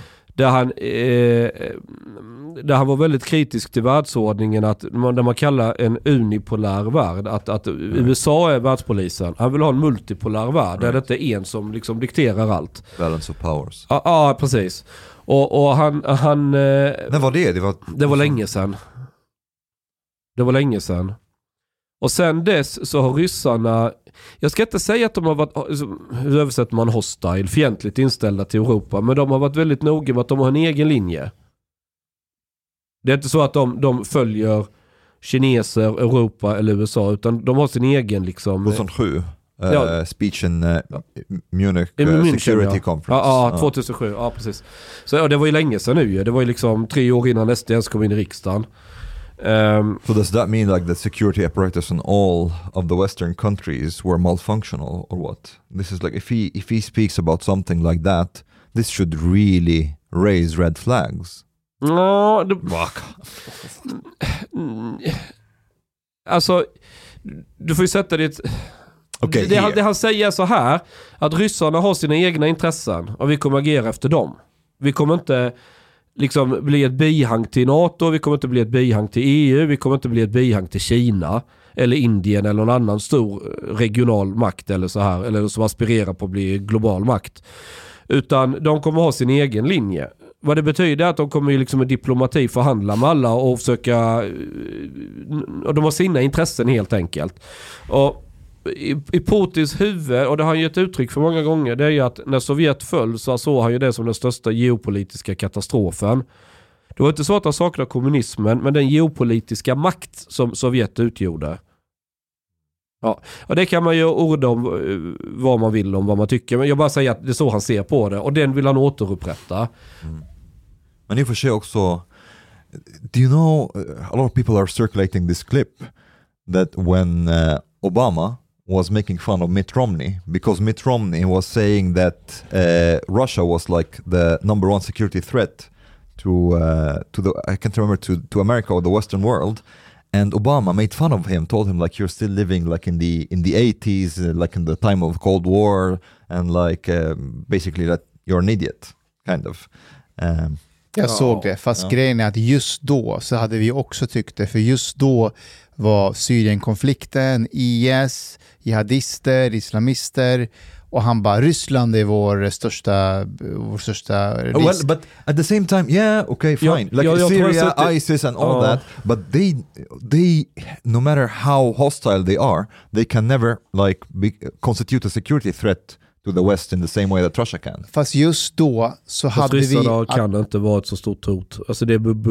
Speaker 3: Där han var väldigt kritisk till världsordningen, där man kallar en unipolär värld, att USA är världspolisen. Han vill ha en multipolär värld, där det inte är en som liksom dikterar allt.
Speaker 1: Balance of powers.
Speaker 3: Ja, precis. Och han
Speaker 1: när var det?
Speaker 3: Det var länge sedan. Det var länge sedan. Och sen dess så har ryssarna, jag ska inte säga att de har varit, hur översätter man hostile, fientligt inställda till Europa, men de har varit väldigt noga med att de har en egen linje. Det är inte så att de följer kineser, Europa eller USA, utan de har sin egen liksom...
Speaker 1: 2007, speech in Munich Security Conference.
Speaker 3: Ja, 2007, ja precis. Så det var ju länge sedan nu, det var ju liksom 3 år innan SD ens kom in i riksdagen.
Speaker 1: So does that mean like the security apparatus in all of the Western countries were malfunctional or what? This is like if he speaks about something like that, this should really raise red flags.
Speaker 3: Ja, alltså du får ju sätta det. Okay, det han säger så här, att ryssarna har sina egna intressen och vi kommer agera efter dem. Vi kommer inte liksom bli ett bihang till NATO, vi kommer inte bli ett bihang till EU, vi kommer inte bli ett bihang till Kina eller Indien eller någon annan stor regional makt eller så här, eller som aspirerar på att bli global makt. Utan de kommer ha sin egen linje. vad det betyder är att de kommer ju liksom med diplomati förhandla med alla och försöka, och de har sina intressen helt enkelt. Och i Putins huvud, och det har han gett uttryck för många gånger, det är ju att när Sovjet föll så såg han ju det som den största geopolitiska katastrofen. Det var inte så att han saknar kommunismen, men den geopolitiska makt som Sovjet utgjorde. Ja, och det kan man ju orda om vad man vill, om vad man tycker, men jag bara säger att det är så han ser på det, och den vill han återupprätta.
Speaker 1: Men i och för sig också, do you know, a lot of people are circulating this clip that when Obama was making fun of Mitt Romney, because Mitt Romney was saying that Russia was like the number one security threat to the, I can't remember, to America or the Western world, and Obama made fun of him, told him like you're still living like in the 80s, like in the time of Cold War, and like basically that you're an idiot, kind of.
Speaker 4: Jag såg det, fast grejen är att just då så hade vi också tyckt det, för just då var Syrienkonflikten, IS, jihadister, islamister, och han bara, Ryssland är vår största risk.
Speaker 1: Well, but at the same time, yeah, okay, fine. Syria, ISIS and all that, but they, no matter how hostile they are, they can never like constitute a security threat to the West in the same way that Russia can.
Speaker 4: Fast just då så hade vi...
Speaker 3: Ryssarna kan inte vara ett så stort hot. Alltså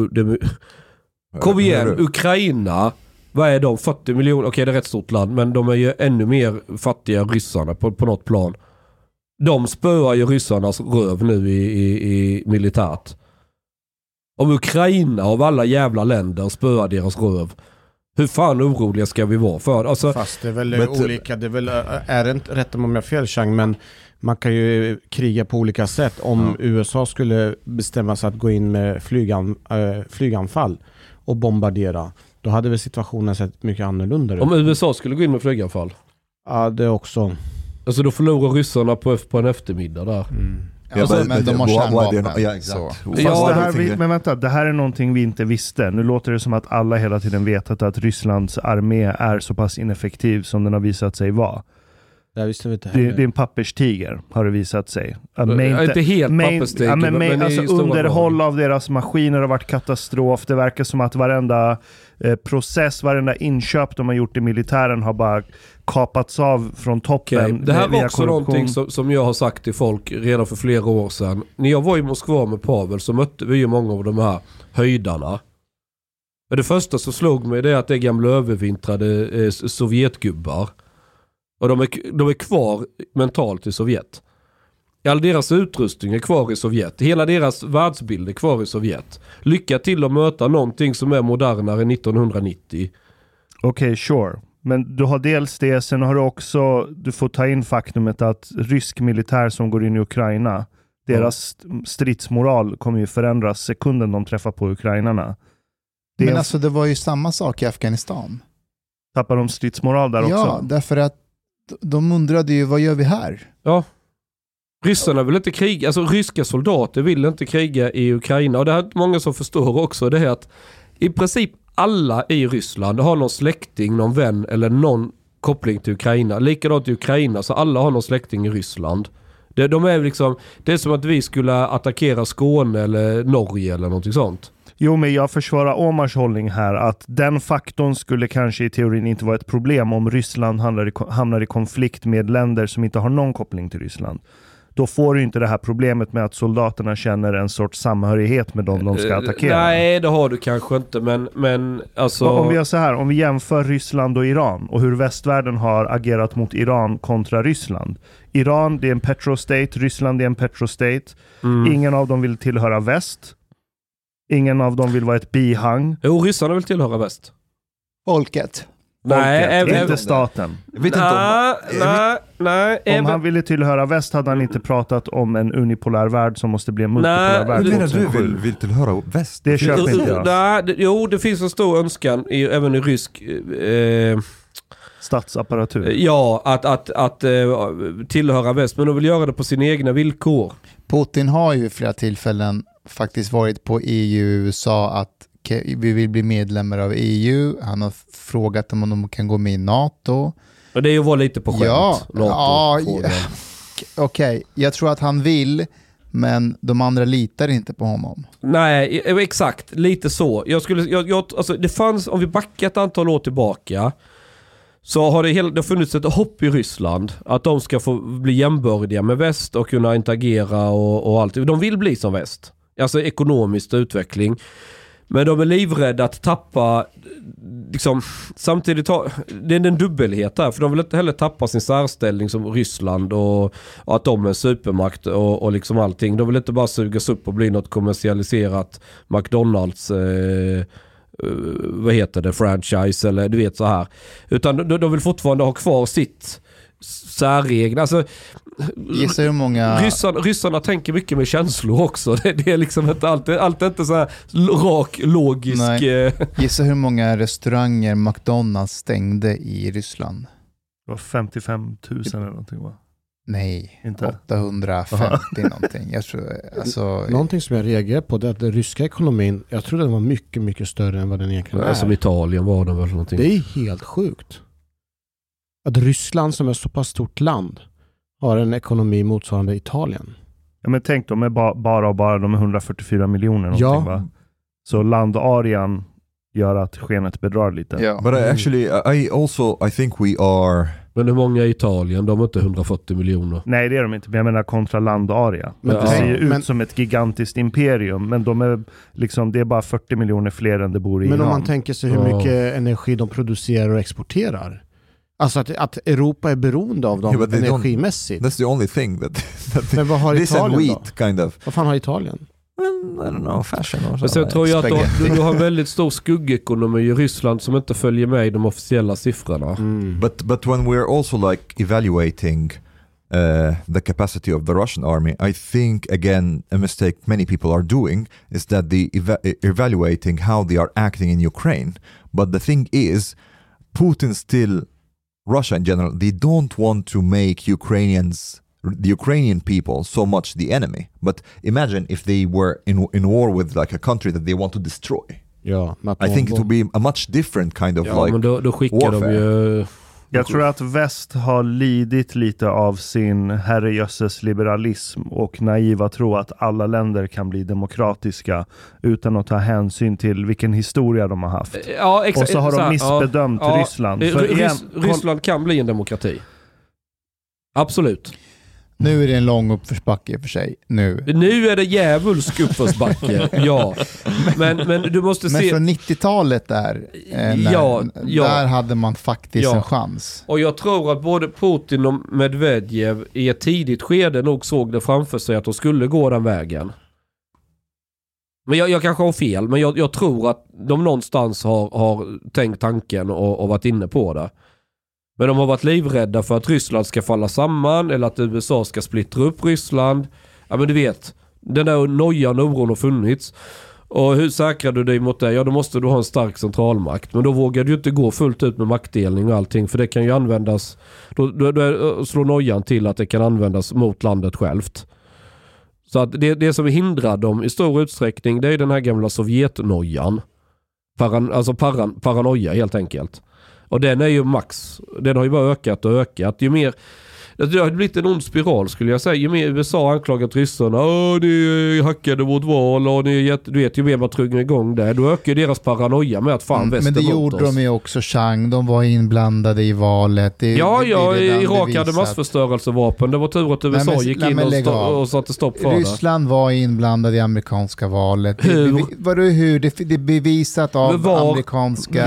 Speaker 3: kom igen, Ukraina, vad är de? 40 miljoner? Okej, det är ett rätt stort land, men de är ju ännu mer fattiga ryssarna på något plan. De spöar ju ryssarnas röv nu i militärt. Om Ukraina av alla jävla länder spöar deras röv, hur fan oroliga ska vi vara för? Alltså,
Speaker 2: fast det är väl olika, det är väl, är det inte rätt om jag fel, Chang, men man kan ju kriga på olika sätt. Om USA skulle bestämma sig att gå in med flyganfall och bombardera, då hade väl situationen sett mycket annorlunda ut.
Speaker 3: Om USA skulle gå in med flyganfall?
Speaker 2: Ja, det också.
Speaker 3: Alltså då förlorar ryssarna på en eftermiddag där.
Speaker 4: Alltså, men de har kärnvapen.
Speaker 1: Ja, exakt.
Speaker 5: Men vänta, det här är någonting vi inte visste. Nu låter det som att alla hela tiden vetat att Rysslands armé är så pass ineffektiv som den har visat sig vara.
Speaker 2: Det visste vi inte
Speaker 5: det är en papperstiger, har det visat sig.
Speaker 3: Inte helt papperstiger,
Speaker 5: men alltså underhåll av deras maskiner har varit katastrof. Det verkar som att varenda process, varenda inköp de har gjort i militären har bara kapats av från toppen.
Speaker 3: Okay. Det här var också någonting som jag har sagt till folk redan för flera år sedan. När jag var i Moskva med Pavel så mötte vi ju många av de här höjdarna. Det första som slog mig är att det är gamla övervintrade sovjetgubbar. Och de är kvar mentalt i Sovjet. All deras utrustning är kvar i Sovjet. Hela deras världsbild är kvar i Sovjet. Lycka till att möta någonting som är modernare än 1990.
Speaker 5: Okej, sure. Men du har dels det, sen har du också, du får ta in faktumet att rysk militär som går in i Ukraina, deras stridsmoral kommer ju förändras sekunden de träffar på ukrainarna.
Speaker 4: Men alltså det var ju samma sak i Afghanistan.
Speaker 5: Tappar de stridsmoral där också?
Speaker 4: Ja, därför att de undrade ju, vad gör vi här?
Speaker 3: Ja. Ryssarna vill inte kriga, alltså ryska soldater vill inte kriga i Ukraina, och det är många som förstår också det här att i princip alla i Ryssland har någon släkting, någon vän eller någon koppling till Ukraina. Likadant i Ukraina, så alla har någon släkting i Ryssland. De är liksom, det är som att vi skulle attackera Skåne eller Norge eller någonting sånt.
Speaker 5: Jo, men jag försvarar Omars hållning här att den faktorn skulle kanske i teorin inte vara ett problem om Ryssland hamnar i konflikt med länder som inte har någon koppling till Ryssland. Då får du inte det här problemet med att soldaterna känner en sorts samhörighet med dem de ska attackera.
Speaker 3: Nej, det har du kanske inte, men alltså...
Speaker 5: Om vi gör så här, om vi jämför Ryssland och Iran och hur västvärlden har agerat mot Iran kontra Ryssland. Iran, det är en petrostate, Ryssland är en petrostate. Ingen av dem vill tillhöra väst. Ingen av dem vill vara ett bihang.
Speaker 3: Jo, ryssarna vill tillhöra väst.
Speaker 4: Folket.
Speaker 3: Nej,
Speaker 5: inte staten.
Speaker 3: Nej.
Speaker 5: Om han ville tillhöra väst hade han inte pratat om en unipolär värld som måste bli en multipolär värld.
Speaker 1: Du vill tillhöra väst?
Speaker 5: Det köper inte jag.
Speaker 3: Jo, det finns en stor önskan även i rysk
Speaker 5: statsapparatur.
Speaker 3: Ja, att tillhöra väst, men de vill göra det på sina egna villkor.
Speaker 4: Putin har ju flera tillfällen faktiskt varit på EU och USA att vi vill bli medlemmar av EU. Han har frågat om de kan gå med i NATO.
Speaker 3: Och det är ju var lite på skämt.
Speaker 4: Okej. Jag tror att han vill, Men de andra litar inte på honom.
Speaker 3: Nej, exakt. Lite så. Alltså, det fanns, om vi backar ett antal år tillbaka, så har det har funnits ett hopp i Ryssland att de ska få bli jämbördiga med väst och kunna interagera och allt. De vill bli som väst. Alltså ekonomisk utveckling. Men de är livrädda att tappa, liksom, samtidigt det är en dubbelhet där, för de vill inte heller tappa sin särställning som Ryssland och att de är en supermakt och liksom allting. De vill inte bara sugas upp och bli något kommersialiserat McDonalds franchise eller du vet så här. Utan de vill fortfarande ha kvar sitt särregler. Alltså,
Speaker 4: gissa hur många...
Speaker 3: Ryssarna tänker mycket med känslor också. Det är liksom inte allt är inte så här rak, logisk...
Speaker 4: Nej. Gissa hur många restauranger McDonalds stängde i Ryssland.
Speaker 5: Det var 55 000 eller någonting, va?
Speaker 4: Nej,
Speaker 5: inte
Speaker 4: 850 någonting. Jag tror, alltså...
Speaker 2: Någonting som jag reagerar på, det är att den ryska ekonomin, jag tror den var mycket, mycket större än vad den egentligen är.
Speaker 3: Som Italien var den väl någonting.
Speaker 2: Det är helt sjukt. Att Ryssland som är så pass stort land har en ekonomi motsvarande Italien.
Speaker 5: Ja, men tänk, de är bara de är 144 miljoner någonting, va? Så landarean gör att skenet bedrar lite.
Speaker 4: Ja.
Speaker 1: But I think we are...
Speaker 3: Men hur många i Italien? De är inte 140 miljoner.
Speaker 5: Nej, det är de inte. Men jag menar kontra landarea.
Speaker 2: Men
Speaker 5: det ser ju ut som ett gigantiskt imperium. Men de är liksom, det är bara 40 miljoner fler än det bor i Iran.
Speaker 2: Men om man tänker sig hur mycket energi de producerar och exporterar. Alltså att Europa är beroende av dem energimässigt.
Speaker 1: That's the only thing that
Speaker 2: men vad har Italien
Speaker 1: wheat,
Speaker 2: då?
Speaker 1: Kind of.
Speaker 2: Vad fan har Italien?
Speaker 1: I don't know, fashion or
Speaker 3: something. Jag tror ju att du har väldigt stor skuggekonomi i Ryssland som inte följer med i de officiella siffrorna.
Speaker 1: But when we're also like evaluating the capacity of the Russian army, I think again a mistake many people are doing is that they evaluating how they are acting in Ukraine. But the thing is, Putin still, Russia in general, they don't want to make the Ukrainian people so much the enemy. But imagine if they were in war with like a country that they want to destroy.
Speaker 2: Ja,
Speaker 1: I think it would be a much different kind of like
Speaker 3: men då skickar
Speaker 1: warfare.
Speaker 3: de ju...
Speaker 5: Jag tror att väst har lidit lite av sin herrejösses liberalism och naiva tro att alla länder kan bli demokratiska utan att ta hänsyn till vilken historia de har haft.
Speaker 3: Ja, exakt.
Speaker 5: Och så har de missbedömt Ryssland.
Speaker 3: Ryssland kan bli en demokrati. Absolut.
Speaker 4: Nu är det en lång uppförsbacke för sig. Nu
Speaker 3: är det djävulsk uppförsbacke, ja. Men du måste se...
Speaker 4: Men från 90-talet där, där hade man faktiskt en chans.
Speaker 3: Och jag tror att både Putin och Medvedev i ett tidigt skede nog såg det framför sig att de skulle gå den vägen. Men jag kanske har fel, men jag tror att de någonstans har tänkt tanken och varit inne på det. Men de har varit livrädda för att Ryssland ska falla samman eller att USA ska splittra upp Ryssland. Ja, men du vet, den där nojan och oron har funnits. Och hur säkrar du dig mot det? Ja, då måste du ha en stark centralmakt. Men då vågar du inte gå fullt ut med maktdelning och allting. För det kan ju användas, då slår nojan till att det kan användas mot landet självt. Så att det som hindrar dem i stor utsträckning, det är den här gamla Sovjetnojan. Paranoia helt enkelt. Och den är ju max. Den har ju bara ökat och ökat. Ju mer, det har blivit en ond spiral skulle jag säga. Ju mer USA anklagat ryssarna. Ni hackade vårt val och du vet ju mer man tryggar igång där. Då ökar deras paranoia med att fan väster
Speaker 4: men det gjorde de ju också, Chang. De var inblandade i valet.
Speaker 3: Irak hade massförstörelsevapen. Det var tur att USA gick in och satte stopp för
Speaker 4: Ryssland var inblandad i amerikanska valet. Hur? Det är bevisat av amerikanska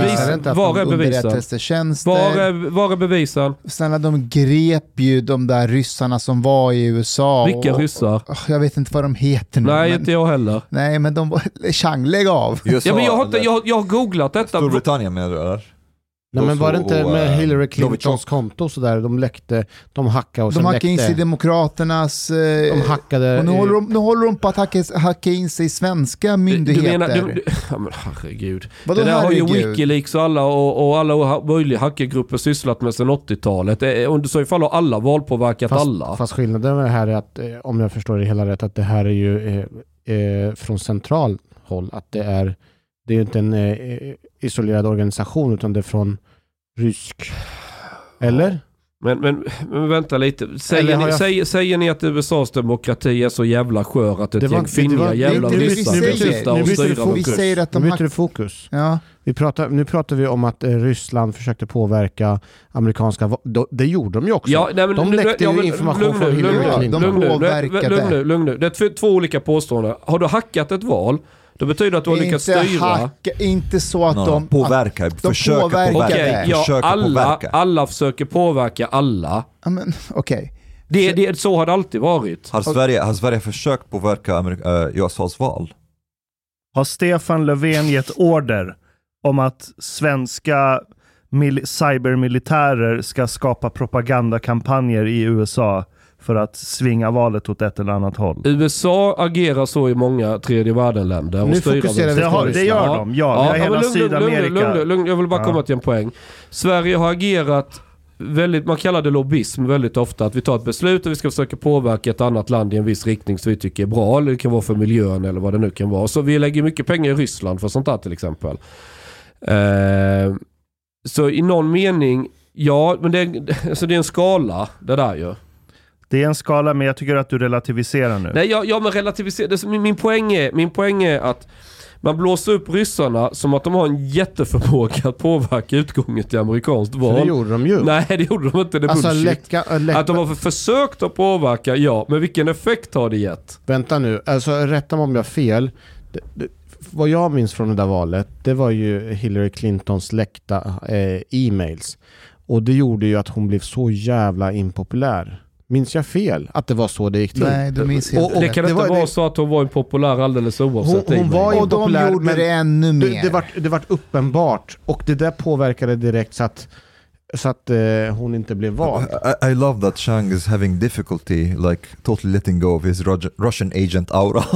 Speaker 4: underrättelsetjänster.
Speaker 3: Var är bevisen?
Speaker 4: Snälla, de grep ju de där ryssarna som var i USA.
Speaker 3: Vilka ryssar?
Speaker 4: Jag vet inte vad de heter nu.
Speaker 3: Nej, inte jag heller.
Speaker 4: Nej, men de var... Chang, lägg av.
Speaker 3: Ja, men jag har googlat detta.
Speaker 1: Storbritannien med det där.
Speaker 2: Nej, men var det inte med Hillary Clintons konto så där, de läckte, de hackade och
Speaker 4: de hackade in sig i demokraternas...
Speaker 2: de hackade...
Speaker 4: Och nu håller de på att hacka in sig i svenska myndigheter.
Speaker 3: Du menar, ja, men herregud. Det där har ju Wikileaks och alla möjliga hackergrupper sysslat med sedan 80-talet. Under så ifall har alla valpåverkat alla.
Speaker 2: Fast skillnaden med det här är att, om jag förstår det hela rätt, att det här är ju från central håll. Att det är ju inte en isolerad organisation utan det är från rysk. Eller?
Speaker 3: Men vänta lite. Säger ni att USAs demokrati är så jävla skör att ett gäng finniga jävla ryssar
Speaker 4: vi säger att de
Speaker 2: byter fokus.
Speaker 4: Ja.
Speaker 2: Nu pratar vi om att Ryssland försökte påverka amerikanska... Det gjorde de ju också.
Speaker 3: Ja, nej, men,
Speaker 2: de läckte ju information från Hillary Clinton.
Speaker 3: Lugn nu. Det är två olika påståenden. Har du hackat ett val, då betyder det att du har lyckats styra.
Speaker 4: Inte så att de
Speaker 1: påverkar. Försöker påverka.
Speaker 3: Okej, alla försöker påverka alla.
Speaker 4: Men okej.
Speaker 3: Så har det alltid varit.
Speaker 1: Har Sverige försökt påverka USAs val?
Speaker 5: Har Stefan Löfven gett order om att svenska cybermilitärer ska skapa propagandakampanjer i USA för att svinga valet åt ett eller annat håll?
Speaker 3: USA agerar så i många tredje världenländer. Och
Speaker 2: nu fokuserar vi på
Speaker 5: det gör de. Ja, hela Sydamerika.
Speaker 3: Lugn. Jag vill bara komma till en poäng. Sverige har agerat väldigt, man kallar det lobbyism väldigt ofta, att vi tar ett beslut och vi ska försöka påverka ett annat land i en viss riktning som vi tycker är bra, eller det kan vara för miljön eller vad det nu kan vara. Så vi lägger mycket pengar i Ryssland för sånt där till exempel. Så i någon mening, ja, men det är en skala det där ju.
Speaker 5: Det är en skala, men jag tycker att du relativiserar nu.
Speaker 3: Nej, men relativiserar. Min poäng är att man blåser upp ryssarna som att de har en jätteförmåga att påverka utgången till amerikanskt val.
Speaker 2: För det gjorde de ju.
Speaker 3: Nej, det gjorde de inte. Det är
Speaker 2: alltså,
Speaker 3: bullshit. Att de har försökt att påverka, ja. Men vilken effekt har det gett?
Speaker 2: Vänta nu. Alltså, rätta mig om jag har fel. Vad jag minns från det där valet, det var ju Hillary Clintons läckta e-mails. Och det gjorde ju att hon blev så jävla impopulär. Minns jag fel? Att det var så det gick till?
Speaker 4: Nej, du minns helt.
Speaker 3: Det kan inte vara så att hon var impopulär alldeles oavsett.
Speaker 2: Hon var impopulär,
Speaker 4: och de gjorde det ännu mer.
Speaker 2: Det var uppenbart. Och det där påverkade direkt så att hon inte blev vald.
Speaker 1: I love that Chang is having difficulty like totally letting go of his Russian agent aura.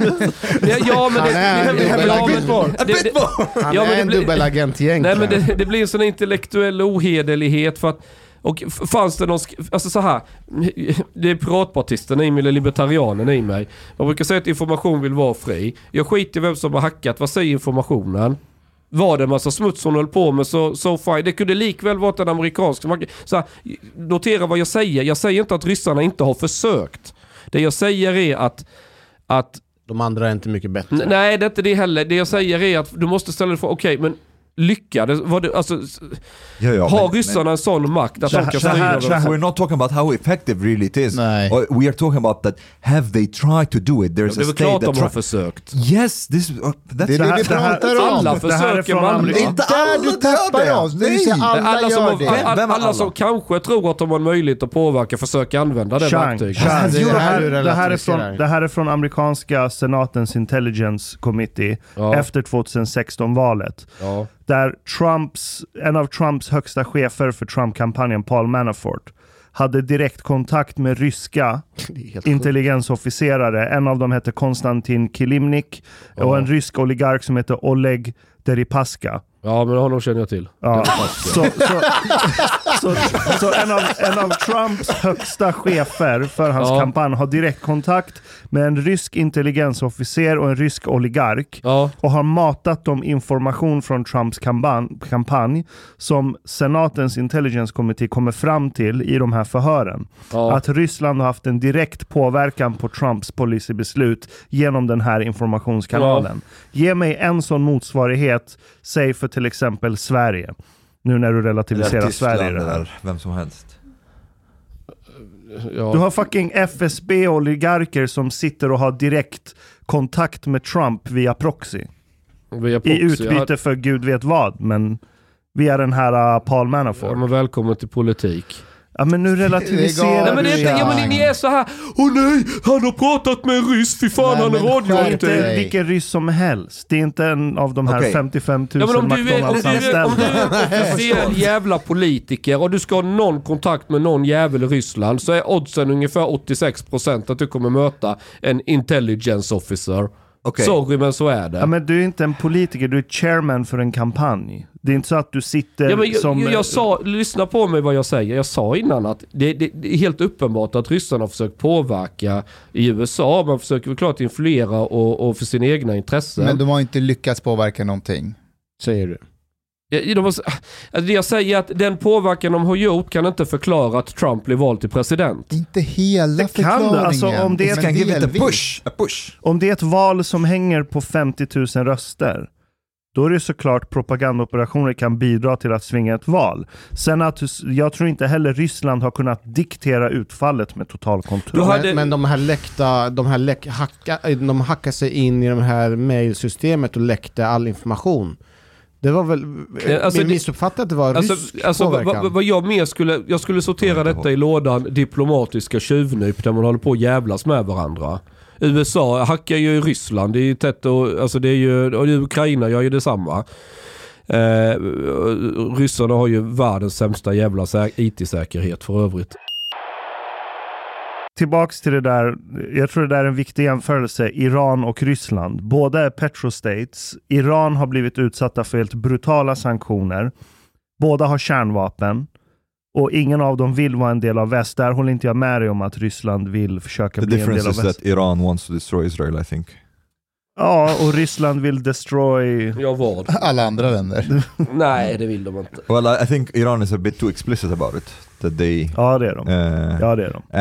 Speaker 2: Han är en dubbelagent egentligen.
Speaker 3: Nej, men det blir en sån intellektuell ohederlighet för att och fanns det någon, alltså så här, det är piratpartisterna i mig eller libertarianerna i mig. Man brukar säga att information vill vara fri. Jag skiter i vem som har hackat. Vad säger informationen? Var det en massa smuts hon höll på med så fine. Det kunde likväl vara en amerikansk. Så här, notera vad jag säger. Jag säger inte att ryssarna inte har försökt. Det jag säger är att
Speaker 2: de andra är inte mycket bättre.
Speaker 3: Nej, det är inte det heller. Det jag säger är att du måste ställa dig för okej, men lyckades alltså, har ryssarna en sån makt att de kan styra?
Speaker 1: We're not talking about how effective really it is. We are talking about that. Have they tried to do it? There's
Speaker 3: det är klart de har försökt.
Speaker 1: Yes,
Speaker 4: det är det vi pratar om.
Speaker 3: Alla försöker man.
Speaker 4: Det är där du tappar oss.
Speaker 3: Alla som kanske tror att de har en möjlighet att påverka försöker använda det verktyget.
Speaker 5: Det här är från amerikanska senatens Intelligence Committee efter 2016-valet.
Speaker 3: Ja.
Speaker 5: Där en av Trumps högsta chefer för Trump-kampanjen, Paul Manafort, hade direkt kontakt med ryska intelligensofficerare. En av dem hette Konstantin Kilimnik och en rysk oligark som heter Oleg Deripaska.
Speaker 3: Ja, men honom känner jag till.
Speaker 5: Ja. Så en av Trumps högsta chefer för hans kampanj har direkt kontakt med en rysk intelligensofficer och en rysk oligark och har matat dem information från Trumps kampanj som senatens Intelligence Committee kommer fram till i de här förhören. Att Ryssland har haft en direkt påverkan på Trumps policybeslut genom den här informationskanalen. Ge mig en sån motsvarighet, säg för till exempel Sverige. Nu när du relativiserar Sverige.
Speaker 1: Eller vem som helst.
Speaker 5: Du har fucking FSB-oligarker som sitter och har direkt kontakt med Trump via proxy. I utbyte för gud vet vad, men via den här Paul Manafort.
Speaker 3: Ja, men välkommen till politik.
Speaker 5: Ja, men nu relativiserar
Speaker 3: nej, men det är inte, ni är så här. Nej, han har pratat med en ryss. Fy fan, han är radioaktiv.
Speaker 5: Det är inte vilken ryss som helst. Det är inte en av de här 55 000 McDonalds-anställda.
Speaker 3: Om du är en officiell jävla politiker och du ska ha någon kontakt med någon jävel i Ryssland, så är oddsen ungefär 86% att du kommer möta en intelligence officer.
Speaker 1: Okay.
Speaker 3: Sorry, men så är det.
Speaker 5: Ja, men du är inte en politiker, du är chairman för en kampanj. Det är inte så att du sitter
Speaker 3: jag sa, lyssna på mig vad jag säger. Jag sa innan att det är helt uppenbart att ryssarna har försökt påverka i USA. Man försöker väl klart influera och för sina egna intressen.
Speaker 4: Men de har inte lyckats påverka någonting,
Speaker 2: säger du.
Speaker 3: Det jag säger att den påverkan de har gjort kan inte förklara att Trump blir vald till president.
Speaker 4: Inte hela
Speaker 5: Det kan
Speaker 4: förklaringen.
Speaker 5: alltså, om det är
Speaker 1: Can give it a push.
Speaker 5: Om det är ett val som hänger på 50 000 röster, då är det såklart propagandaoperationer kan bidra till att svinga ett val. Sen att jag tror inte heller Ryssland har kunnat diktera utfallet med total kontroll.
Speaker 2: Men de hackade sig in i de här mailsystemet och läckte all information. Det var väl missuppfattat att det var rysk påverkan.
Speaker 3: Vad jag skulle sortera detta i lådan diplomatiska tjuvnyp där man håller på att jävlas med varandra. USA hackar ju Ryssland, det är ju tätt och Ukraina gör ju detsamma. Ryssarna har ju världens sämsta jävla IT-säkerhet för övrigt.
Speaker 5: Tillbaks till det där, jag tror det där är en viktig jämförelse, Iran och Ryssland. Båda är petrostates. Iran har blivit utsatta för helt brutala sanktioner. Båda har kärnvapen. Och ingen av dem vill vara en del av väst. Där håller inte jag med dig om att Ryssland vill försöka bli en del av väst.
Speaker 1: The difference is that Iran wants to destroy Israel, I think.
Speaker 5: Ja, och Ryssland vill destroy...
Speaker 3: Ja, vad?
Speaker 4: Alla andra länder.
Speaker 3: Nej, det vill de inte.
Speaker 1: Well, I think Iran is a bit too explicit about it. That they,
Speaker 5: ja, det är de. Ja, det är de.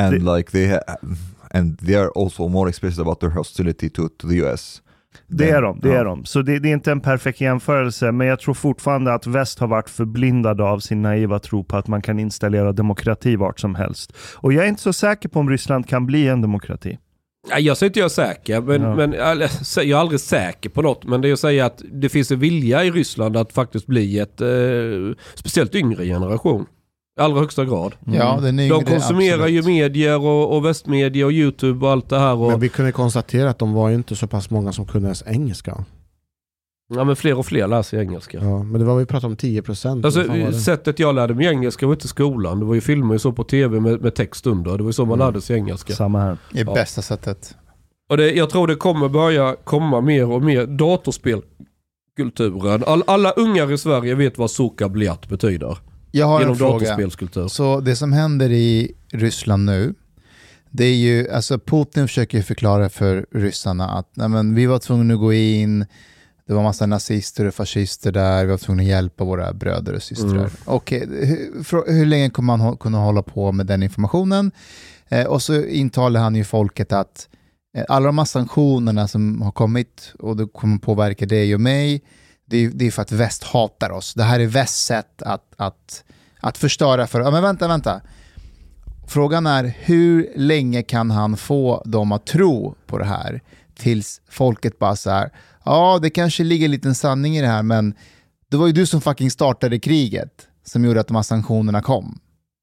Speaker 1: And they are also more explicit about their hostility to the US.
Speaker 5: Det är de. Så det är inte en perfekt jämförelse, men jag tror fortfarande att väst har varit förblindade av sin naiva tro på att man kan installera demokrati vart som helst. Och jag är inte så säker på om Ryssland kan bli en demokrati.
Speaker 3: Jag säger inte jag är säker, men jag är aldrig säker på något, men det är att säga att det finns en vilja i Ryssland att faktiskt bli ett speciellt yngre generation. I allra högsta grad.
Speaker 4: Ja,
Speaker 3: de konsumerar ju medier och västmedia och YouTube och allt det här.
Speaker 2: Men vi kunde konstatera att de var ju inte så pass många som kunde ens engelska.
Speaker 3: Ja, men fler och fler läser engelska.
Speaker 2: Ja, men det var vi pratade om 10%.
Speaker 3: Alltså, sättet jag lärde mig engelska var inte skolan. Det var ju filmer så på tv med text under. Det var ju så man lärde sig engelska.
Speaker 5: Samma här.
Speaker 4: Det är bästa sättet.
Speaker 3: Och jag tror det kommer börja komma mer och mer datorspelkulturen. Alla ungar i Sverige vet vad Soka Bliat betyder.
Speaker 4: Jag har
Speaker 3: genom
Speaker 4: en fråga.
Speaker 3: datorspelskultur.
Speaker 4: Så det som händer i Ryssland nu, det är ju, alltså Putin försöker förklara för ryssarna att vi var tvungna att gå in, det var massa nazister och fascister där, vi var tvungna att hjälpa våra bröder och systrar. Okej, hur länge kommer man kunna hålla på med den informationen? Och så intalar han ju folket att alla de här sanktionerna som har kommit och det kommer påverka dig och mig, det är för att väst hatar oss. Det här är västs sätt att förstöra för... Ja, men vänta. Frågan är hur länge kan han få dem att tro på det här tills folket bara så här, ja, det kanske ligger en liten sanning i det här, men det var ju du som fucking startade kriget som gjorde att de här sanktionerna kom.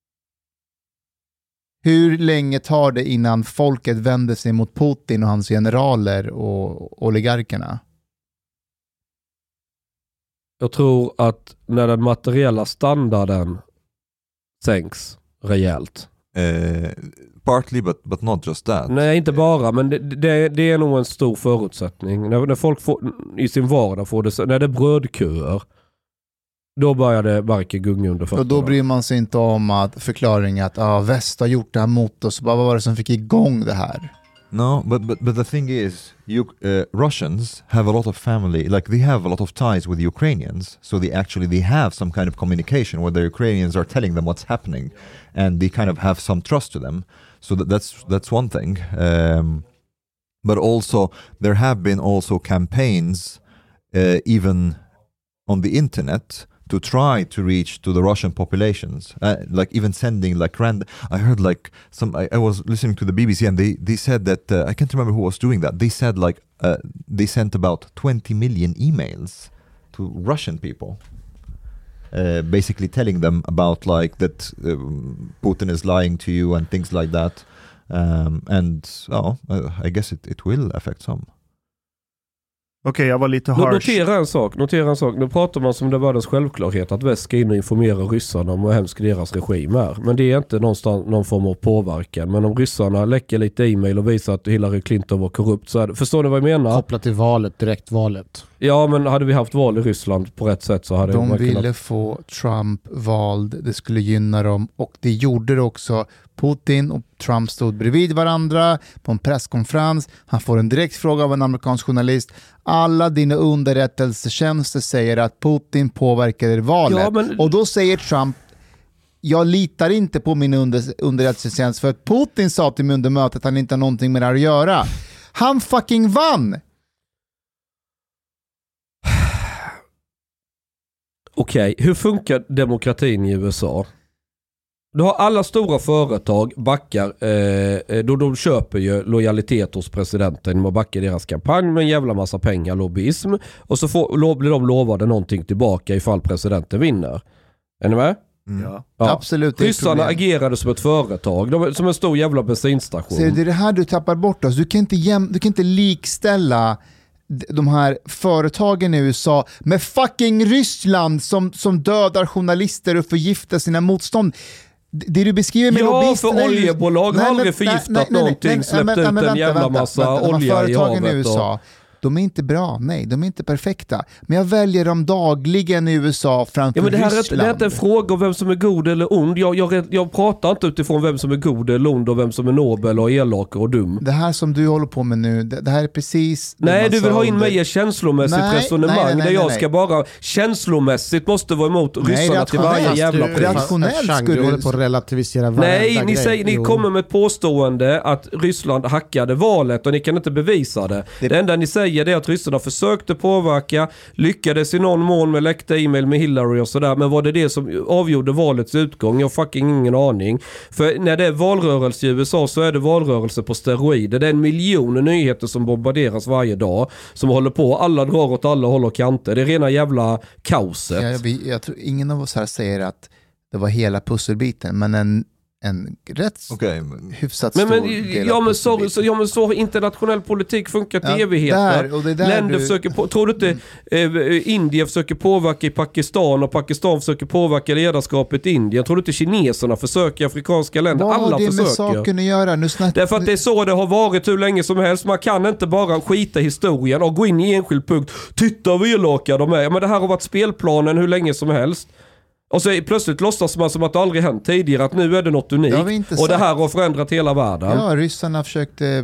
Speaker 4: Hur länge tar det innan folket vänder sig mot Putin och hans generaler och oligarkerna?
Speaker 3: Jag tror att när den materiella standarden sänks rejält.
Speaker 1: Partly, but not just that.
Speaker 3: Nej, inte bara, men det är nog en stor förutsättning. När folk får, i sin vardag får det, när det är brödköer, då börjar det verka gunga under fötterna.
Speaker 4: Och då bryr man sig inte om att förklaringen att väst har gjort det här mot oss. Vad var det som fick igång det här?
Speaker 1: No, but the thing is, Russians have a lot of family, like they have a lot of ties with Ukrainians, so they have some kind of communication where the Ukrainians are telling them what's happening, and they kind of have some trust to them. So that's one thing. But also there have been also campaigns, even on the internet, to try to reach to the Russian populations, like even sending like I heard like I was listening to the BBC and they said that I can't remember who was doing that. They said like they sent about 20 million emails to Russian people, basically telling them about like that Putin is lying to you and things like that, and I guess it will affect some.
Speaker 5: Okej, jag var lite harsh.
Speaker 3: Notera en sak. Nu pratar man som det var dess självklarhet att väst ska in och informera ryssarna om hur hemsk deras regim är. Men det är inte någon form av påverkan. Men om ryssarna läcker lite e-mail och visar att Hillary Clinton var korrupt, så förstår ni vad jag menar?
Speaker 2: Kopplat till direktvalet.
Speaker 3: Ja, men hade vi haft val i Ryssland på rätt sätt så hade
Speaker 4: de ville få Trump vald, det skulle gynna dem, och det gjorde det också Putin och Trump stod bredvid varandra på en presskonferens. Han får en direkt fråga av en amerikansk journalist. Alla dina underrättelsetjänster säger att Putin påverkade valet.
Speaker 3: Ja, men...
Speaker 4: Och då säger Trump, jag litar inte på min underrättelsetjänst för att Putin sa till mig under mötet att han inte har någonting med det att göra. Han fucking vann!
Speaker 3: Okej, hur funkar demokratin i USA? Du har alla stora företag backar, då de köper ju lojalitet hos presidenten och backar deras kampanj med en jävla massa pengar, lobbyism. Och så blir de lovade någonting tillbaka ifall presidenten vinner. Är ni med?
Speaker 5: Ja.
Speaker 4: Absolut.
Speaker 3: Ryssarna agerade som ett företag, som en stor jävla bensinstation.
Speaker 4: Så det är det här du tappar bort oss. Du kan inte likställa de här företagen i USA med fucking Ryssland som dödar journalister och förgiftar sina motstånd. Det du beskriver med
Speaker 3: lobbyisterna... Ja, för oljebolag har aldrig förgiftat någonting, släppt ut en jävla massa olja i havet.
Speaker 4: I USA, de är inte bra, nej, de är inte perfekta. Men jag väljer dem dagligen i USA framför Ryssland.
Speaker 3: Det är inte en fråga om vem som är god eller ond. Jag pratar inte utifrån vem som är god eller ond och vem som är nobel och elak och dum.
Speaker 4: Det här som du håller på med nu, det här är precis...
Speaker 3: Nej, du vill ha in mig i känslomässigt resonemang där jag ska bara känslomässigt måste vara emot ryssarna till varje jävla pris.
Speaker 2: Du håller på att relativisera varenda
Speaker 3: grej. Ni kommer med ett påstående att Ryssland hackade valet och ni kan inte bevisa det. Det enda ni säger det är att ryssarna försökte påverka, lyckades i någon mån med läckta e-mail med Hillary och sådär, men var det som avgjorde valets utgång? Jag har fucking ingen aning. För när det är valrörelse i USA så är det valrörelse på steroider. Det är 1 miljon nyheter som bombarderas varje dag, som håller på, alla drar åt alla håll och kanter. Det är rena jävla kaoset.
Speaker 4: Jag tror ingen av oss här säger att det var hela pusselbiten, men en rätt hyfsat stor del av pusselbiten.
Speaker 3: Men så internationell politik funkar i evigheter. Länder försöker tror du inte Indien försöker påverka i Pakistan och Pakistan försöker påverka ledarskapet i Indien? Tror du inte kineserna försöker, afrikanska länder?
Speaker 4: Vad
Speaker 3: alla
Speaker 4: har det
Speaker 3: försöker.
Speaker 4: Med saken att göra?
Speaker 3: Därför att det är så det har varit hur länge som helst. Man kan inte bara skita historien och gå in i enskild punkt. Titta vad elaka de är. Men det här har varit spelplanen hur länge som helst. Och så plötsligt låtsas man som att det aldrig hänt tidigare, att nu är det något unikt. Och det här har förändrat hela världen.
Speaker 4: Ja, ryssarna försökte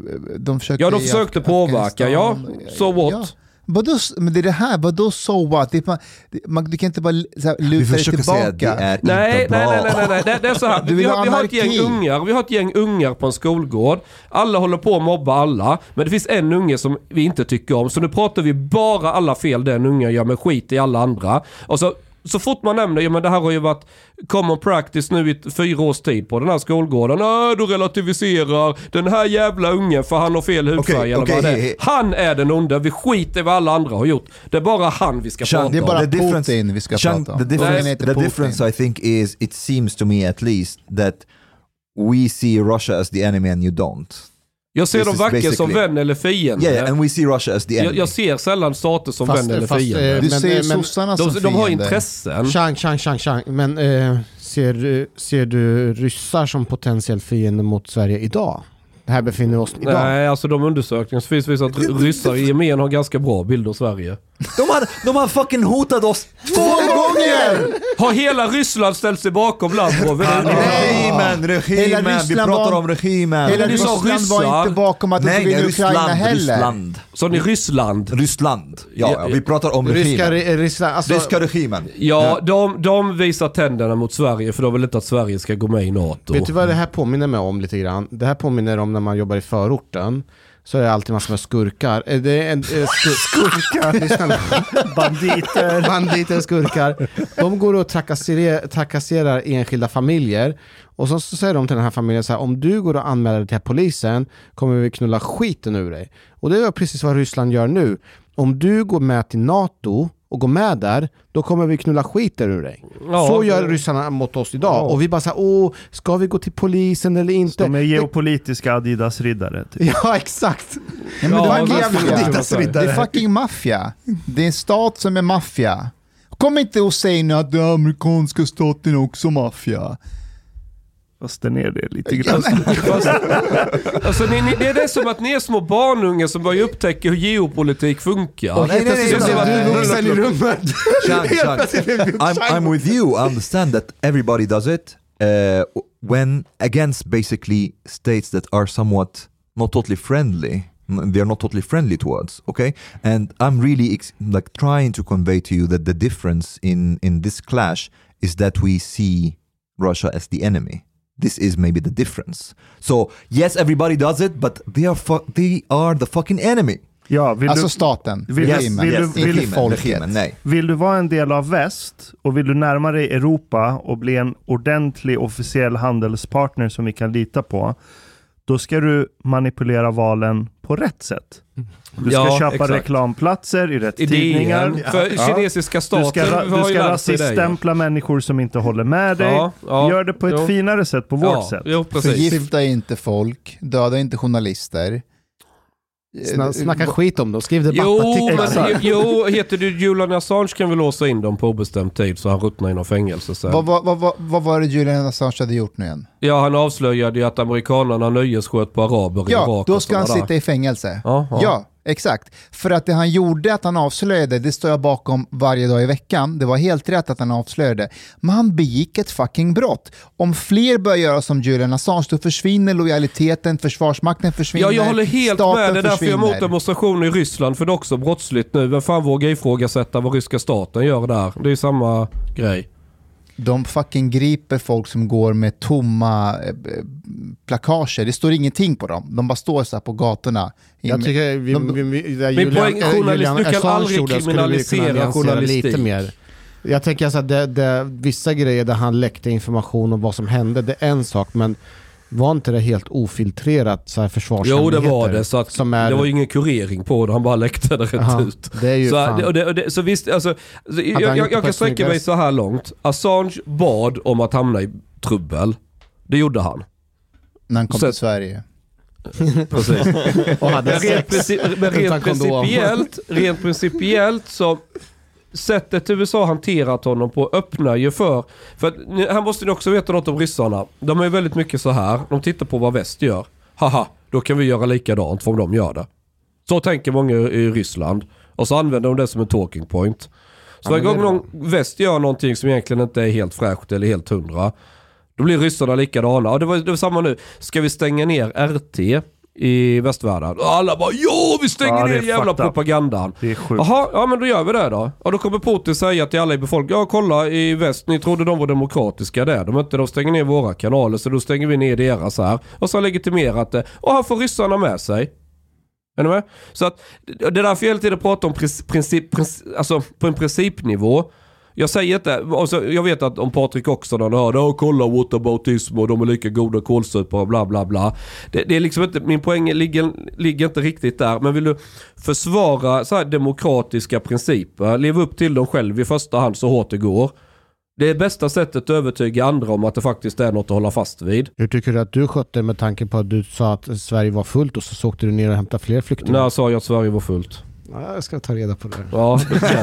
Speaker 3: påverka, ja. So what?
Speaker 4: Ja. Men det är det här, vadå so what? Du kan inte bara luta dig tillbaka.
Speaker 3: Nej. Det är så här. Vi har ett gäng ungar på en skolgård. Alla håller på att mobba alla. Men det finns en unge som vi inte tycker om. Så nu pratar vi bara alla fel den unga gör med skit i alla andra. Och så fort man nämner, men det här har ju varit common practice nu i 4 års tid på den här skolgården. Du relativiserar den här jävla ungen för han har fel hudfärg eller vad det är. Han är den onda, vi skiter vad alla andra har gjort. Det är bara han vi ska prata om.
Speaker 4: Det är bara Putin vi ska prata om.
Speaker 1: The difference I think is, it seems to me at least, that we see Russia as the enemy and you don't.
Speaker 3: Jag ser dem varken som vän eller fiende.
Speaker 1: Yeah, and we see Russia as the enemy.
Speaker 3: Jag ser sällan stater som vän eller fiende.
Speaker 4: Du ser sossarna som fiende.
Speaker 3: De har intressen.
Speaker 2: Chang. Men ser du ryssar som potentiell fiende mot Sverige idag? Det här befinner oss idag.
Speaker 3: Nej, alltså de undersökningar så finns att ryssar i gemen har ganska bra bild av Sverige.
Speaker 1: De har fucking hotat oss 2
Speaker 4: gånger!
Speaker 3: Har hela Ryssland ställt sig bakom Lavrov?
Speaker 1: Regimen, vi pratar om regimen.
Speaker 4: Hela Ryssland var inte bakom att de ville Ukraina heller.
Speaker 1: Ryssland.
Speaker 3: Så ni Ryssland?
Speaker 1: Ja, vi pratar om regimen. Ryska regimen.
Speaker 3: Ja, de visar tänderna mot Sverige för de vill inte att Sverige ska gå med i NATO.
Speaker 2: Vet du vad det här påminner mig om lite grann? Det här påminner om när man jobbar i förorten. Så är det alltid massor med skurkar. Det är skurkar. Banditer, skurkar. De går och trakasserar enskilda familjer. Och så säger de till den här familjen så här: om du går och anmäler dig till polisen kommer vi knulla skiten ur dig. Och det är precis vad Ryssland gör nu. Om du går med till NATO och går med där, då kommer vi knulla skiten ur dig. Ja, så gör ryssarna mot oss idag. Ja. Och vi bara så här, ska vi gå till polisen eller inte?
Speaker 5: Så de är geopolitiska Adidas-riddare. Typ.
Speaker 4: Ja, exakt. Ja, men det är fucking maffia. Det är en stat som är maffia. Kom inte och säg nu att den amerikanska staten är också maffia.
Speaker 5: Fast den är det lite grann.
Speaker 3: Alltså, det är det som att ni är små barnungar som börjar upptäcka hur geopolitik funkar.
Speaker 1: Nej. I'm with you. I understand that everybody does it. when against basically states that are somewhat not totally friendly, they're not totally friendly towards, okay? And I'm really like trying to convey to you that the difference in this clash is that we see Russia as the enemy. This is maybe the difference. So yes, everybody does it, but they are the fucking enemy.
Speaker 5: Ja,
Speaker 4: alltså staten, inte folket.
Speaker 1: Nej.
Speaker 5: Vill du vara en del av väst och vill du närma dig Europa och bli en ordentlig officiell handelspartner som vi kan lita på, då ska du manipulera valen på rätt sätt. Du ska köpa reklamplatser i rätt tidningar.
Speaker 3: För kinesiska staten
Speaker 5: du ska rasiststämpla människor som inte håller med dig. Gör det på ett finare sätt, på vårt sätt.
Speaker 4: Förgifta inte folk, döda inte journalister.
Speaker 2: Snacka skit om dem, skriv debattartiklar.
Speaker 3: Jo, heter du Julian Assange kan vi låsa in dem på obestämd tid så han ruttnar inom fängelse sen.
Speaker 4: Vad var det Julian Assange hade gjort nu igen?
Speaker 3: Ja, han avslöjade ju att amerikanerna nöjessköt på araber i Irak.
Speaker 4: Ja, då ska han sitta i fängelse. Ja, exakt. För att det han gjorde, att han avslöjade, det står jag bakom varje dag i veckan. Det var helt rätt att han avslöjade. Men han begick ett fucking brott. Om fler börjar göra som Julian Assange, då försvinner lojaliteten, försvarsmakten försvinner.
Speaker 3: Ja, jag håller helt med. Det är därför jag är emot demonstrationer i Ryssland, för det är också brottsligt nu. Vem fan vågar ifrågasätta vad ryska staten gör där? Det är ju samma grej.
Speaker 4: De fucking griper folk som går med tomma plakager. Det står ingenting på dem. De bara står så här på gatorna.
Speaker 2: Jag tycker
Speaker 3: min poäng, du kan aldrig kriminalisera journalistik.
Speaker 2: Lite mer. Jag tänker alltså att vissa grejer där han läckte information om vad som hände, det är en sak, men var inte det helt ofiltrerat så här försvarshemligheter?
Speaker 3: Jo, det var det. Så att det var ingen kurering på det. Han bara läckte det rätt ut.
Speaker 2: Det är ju
Speaker 3: så visst, alltså, jag kan sträcka mig så här långt. Assange bad om att hamna i trubbel. Det gjorde han.
Speaker 4: När han kom till Sverige.
Speaker 3: Precis. Rent principiellt så sättet USA hanterat honom på öppnar ju för att här måste ni också veta något om ryssarna. De är väldigt mycket så här. De tittar på vad väst gör. Haha, då kan vi göra likadant för om de gör det. Så tänker många i Ryssland. Och så använder de det som en talking point. Så varje gång någon väst gör någonting som egentligen inte är helt fräscht eller helt 100, då blir ryssarna likadana. Och det var samma nu. Ska vi stänga ner RT i västvärlden? Och alla bara, jo, vi stänger ner jävla propagandan.
Speaker 5: Det är sjukt.
Speaker 3: Jaha, ja men då gör vi det då. Och då kommer Putin säga till alla i befolkningen, ja kolla i väst, ni trodde de var demokratiska där. De stänger ner våra kanaler, så då stänger vi ner deras här. Och så legitimerat det. Och han får ryssarna med sig. Är ni med? Så att det är därför jag hela tiden pratar om alltså på en principnivå. Jag säger inte, alltså, jag vet att om Patrik också när han hör, kolla whataboutism och de är lika goda kolsupor och bla bla bla. Det är liksom inte, min poäng ligger inte riktigt där. Men vill du försvara så här demokratiska principer, leva upp till dem själv i första hand så hårt det går. Det är bästa sättet att övertyga andra om att det faktiskt är något att hålla fast vid.
Speaker 2: Hur tycker du att du skötte med tanke på att du sa att Sverige var fullt och så åkte du ner och hämtade fler flyktingar?
Speaker 3: När sa jag att Sverige var fullt?
Speaker 2: Ja, jag ska ta reda på det.
Speaker 3: Ja,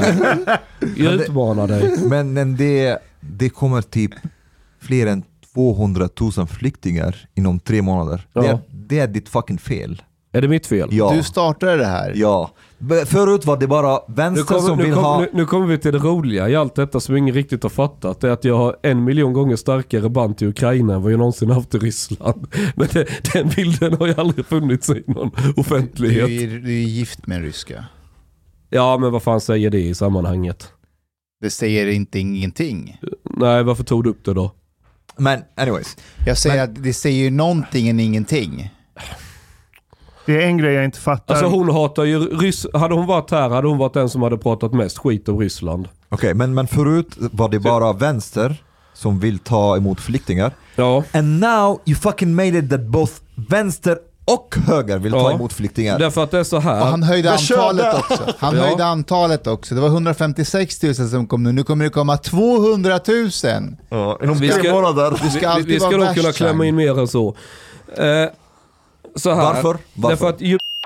Speaker 3: jag utmanar dig.
Speaker 1: Men det kommer typ fler än 200 000 flyktingar inom 3 månader.
Speaker 3: Ja.
Speaker 1: Det är ditt fucking fel.
Speaker 3: Är det mitt fel?
Speaker 1: Ja.
Speaker 4: Du startade det här.
Speaker 1: Ja. Förut var det bara vänster som vill ha...
Speaker 3: Nu kommer vi till det roliga i allt detta som ingen riktigt har fattat. Det är att jag har 1 miljon gånger starkare band till Ukraina än vad jag någonsin haft i Ryssland. Men den bilden har ju aldrig funnits i någon offentlighet.
Speaker 4: Du är gift med en ryska.
Speaker 3: Ja, men vad fan säger det i sammanhanget?
Speaker 4: Det säger inte ingenting.
Speaker 3: Nej, varför tog du upp det då?
Speaker 1: Men anyways.
Speaker 4: Jag säger att det säger ju någonting än ingenting.
Speaker 5: Det är en grej jag inte fattar.
Speaker 3: Alltså hon hatar ju hade hon varit här hade hon varit den som hade pratat mest skit om Ryssland.
Speaker 1: Okej, men förut var det bara vänster som vill ta emot flyktingar.
Speaker 3: Ja.
Speaker 1: And now you fucking made it that both vänster och höger vill ta emot flyktingar.
Speaker 3: Därför att det är så här.
Speaker 4: Och han höjde antalet också. Han höjde antalet också. Det var 156 000 som kom nu. Nu kommer det komma 200 000.
Speaker 1: Ja,
Speaker 3: vi ska nog kunna klämma in mer än så. Så här.
Speaker 1: Varför?
Speaker 3: Därför att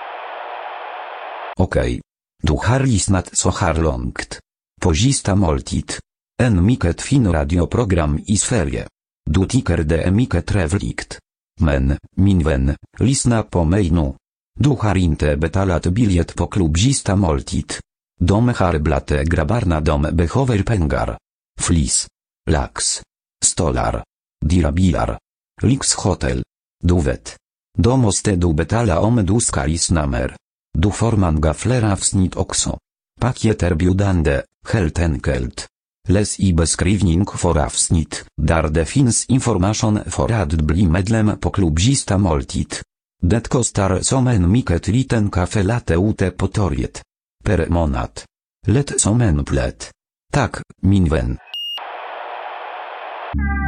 Speaker 7: Okej. Du har lyssnat så här långt. På Sista måltid. En mycket fin radioprogram i Sverige. Du tycker det är mycket trevligt. Men, min vän, lyssna på mig nu. Du har inte betalat biljett på klubb Sista måltid. De har blate grabbarna de behöver pengar. Flis. Lax. Stolar. Dirabilar. Lix hotel. Duvet. Do måste du betala om du ska lyssna mer. Du får många fler avsnitt också. Paket erbjudande, helt enkelt. Läs i beskrivning för avsnitt, där det finns information för att bli medlem på Klubbista Måltid. Det kostar som en mycket liten kaffe latte ute på torget. Per månad. Lätt som en plätt. Tack, min vän.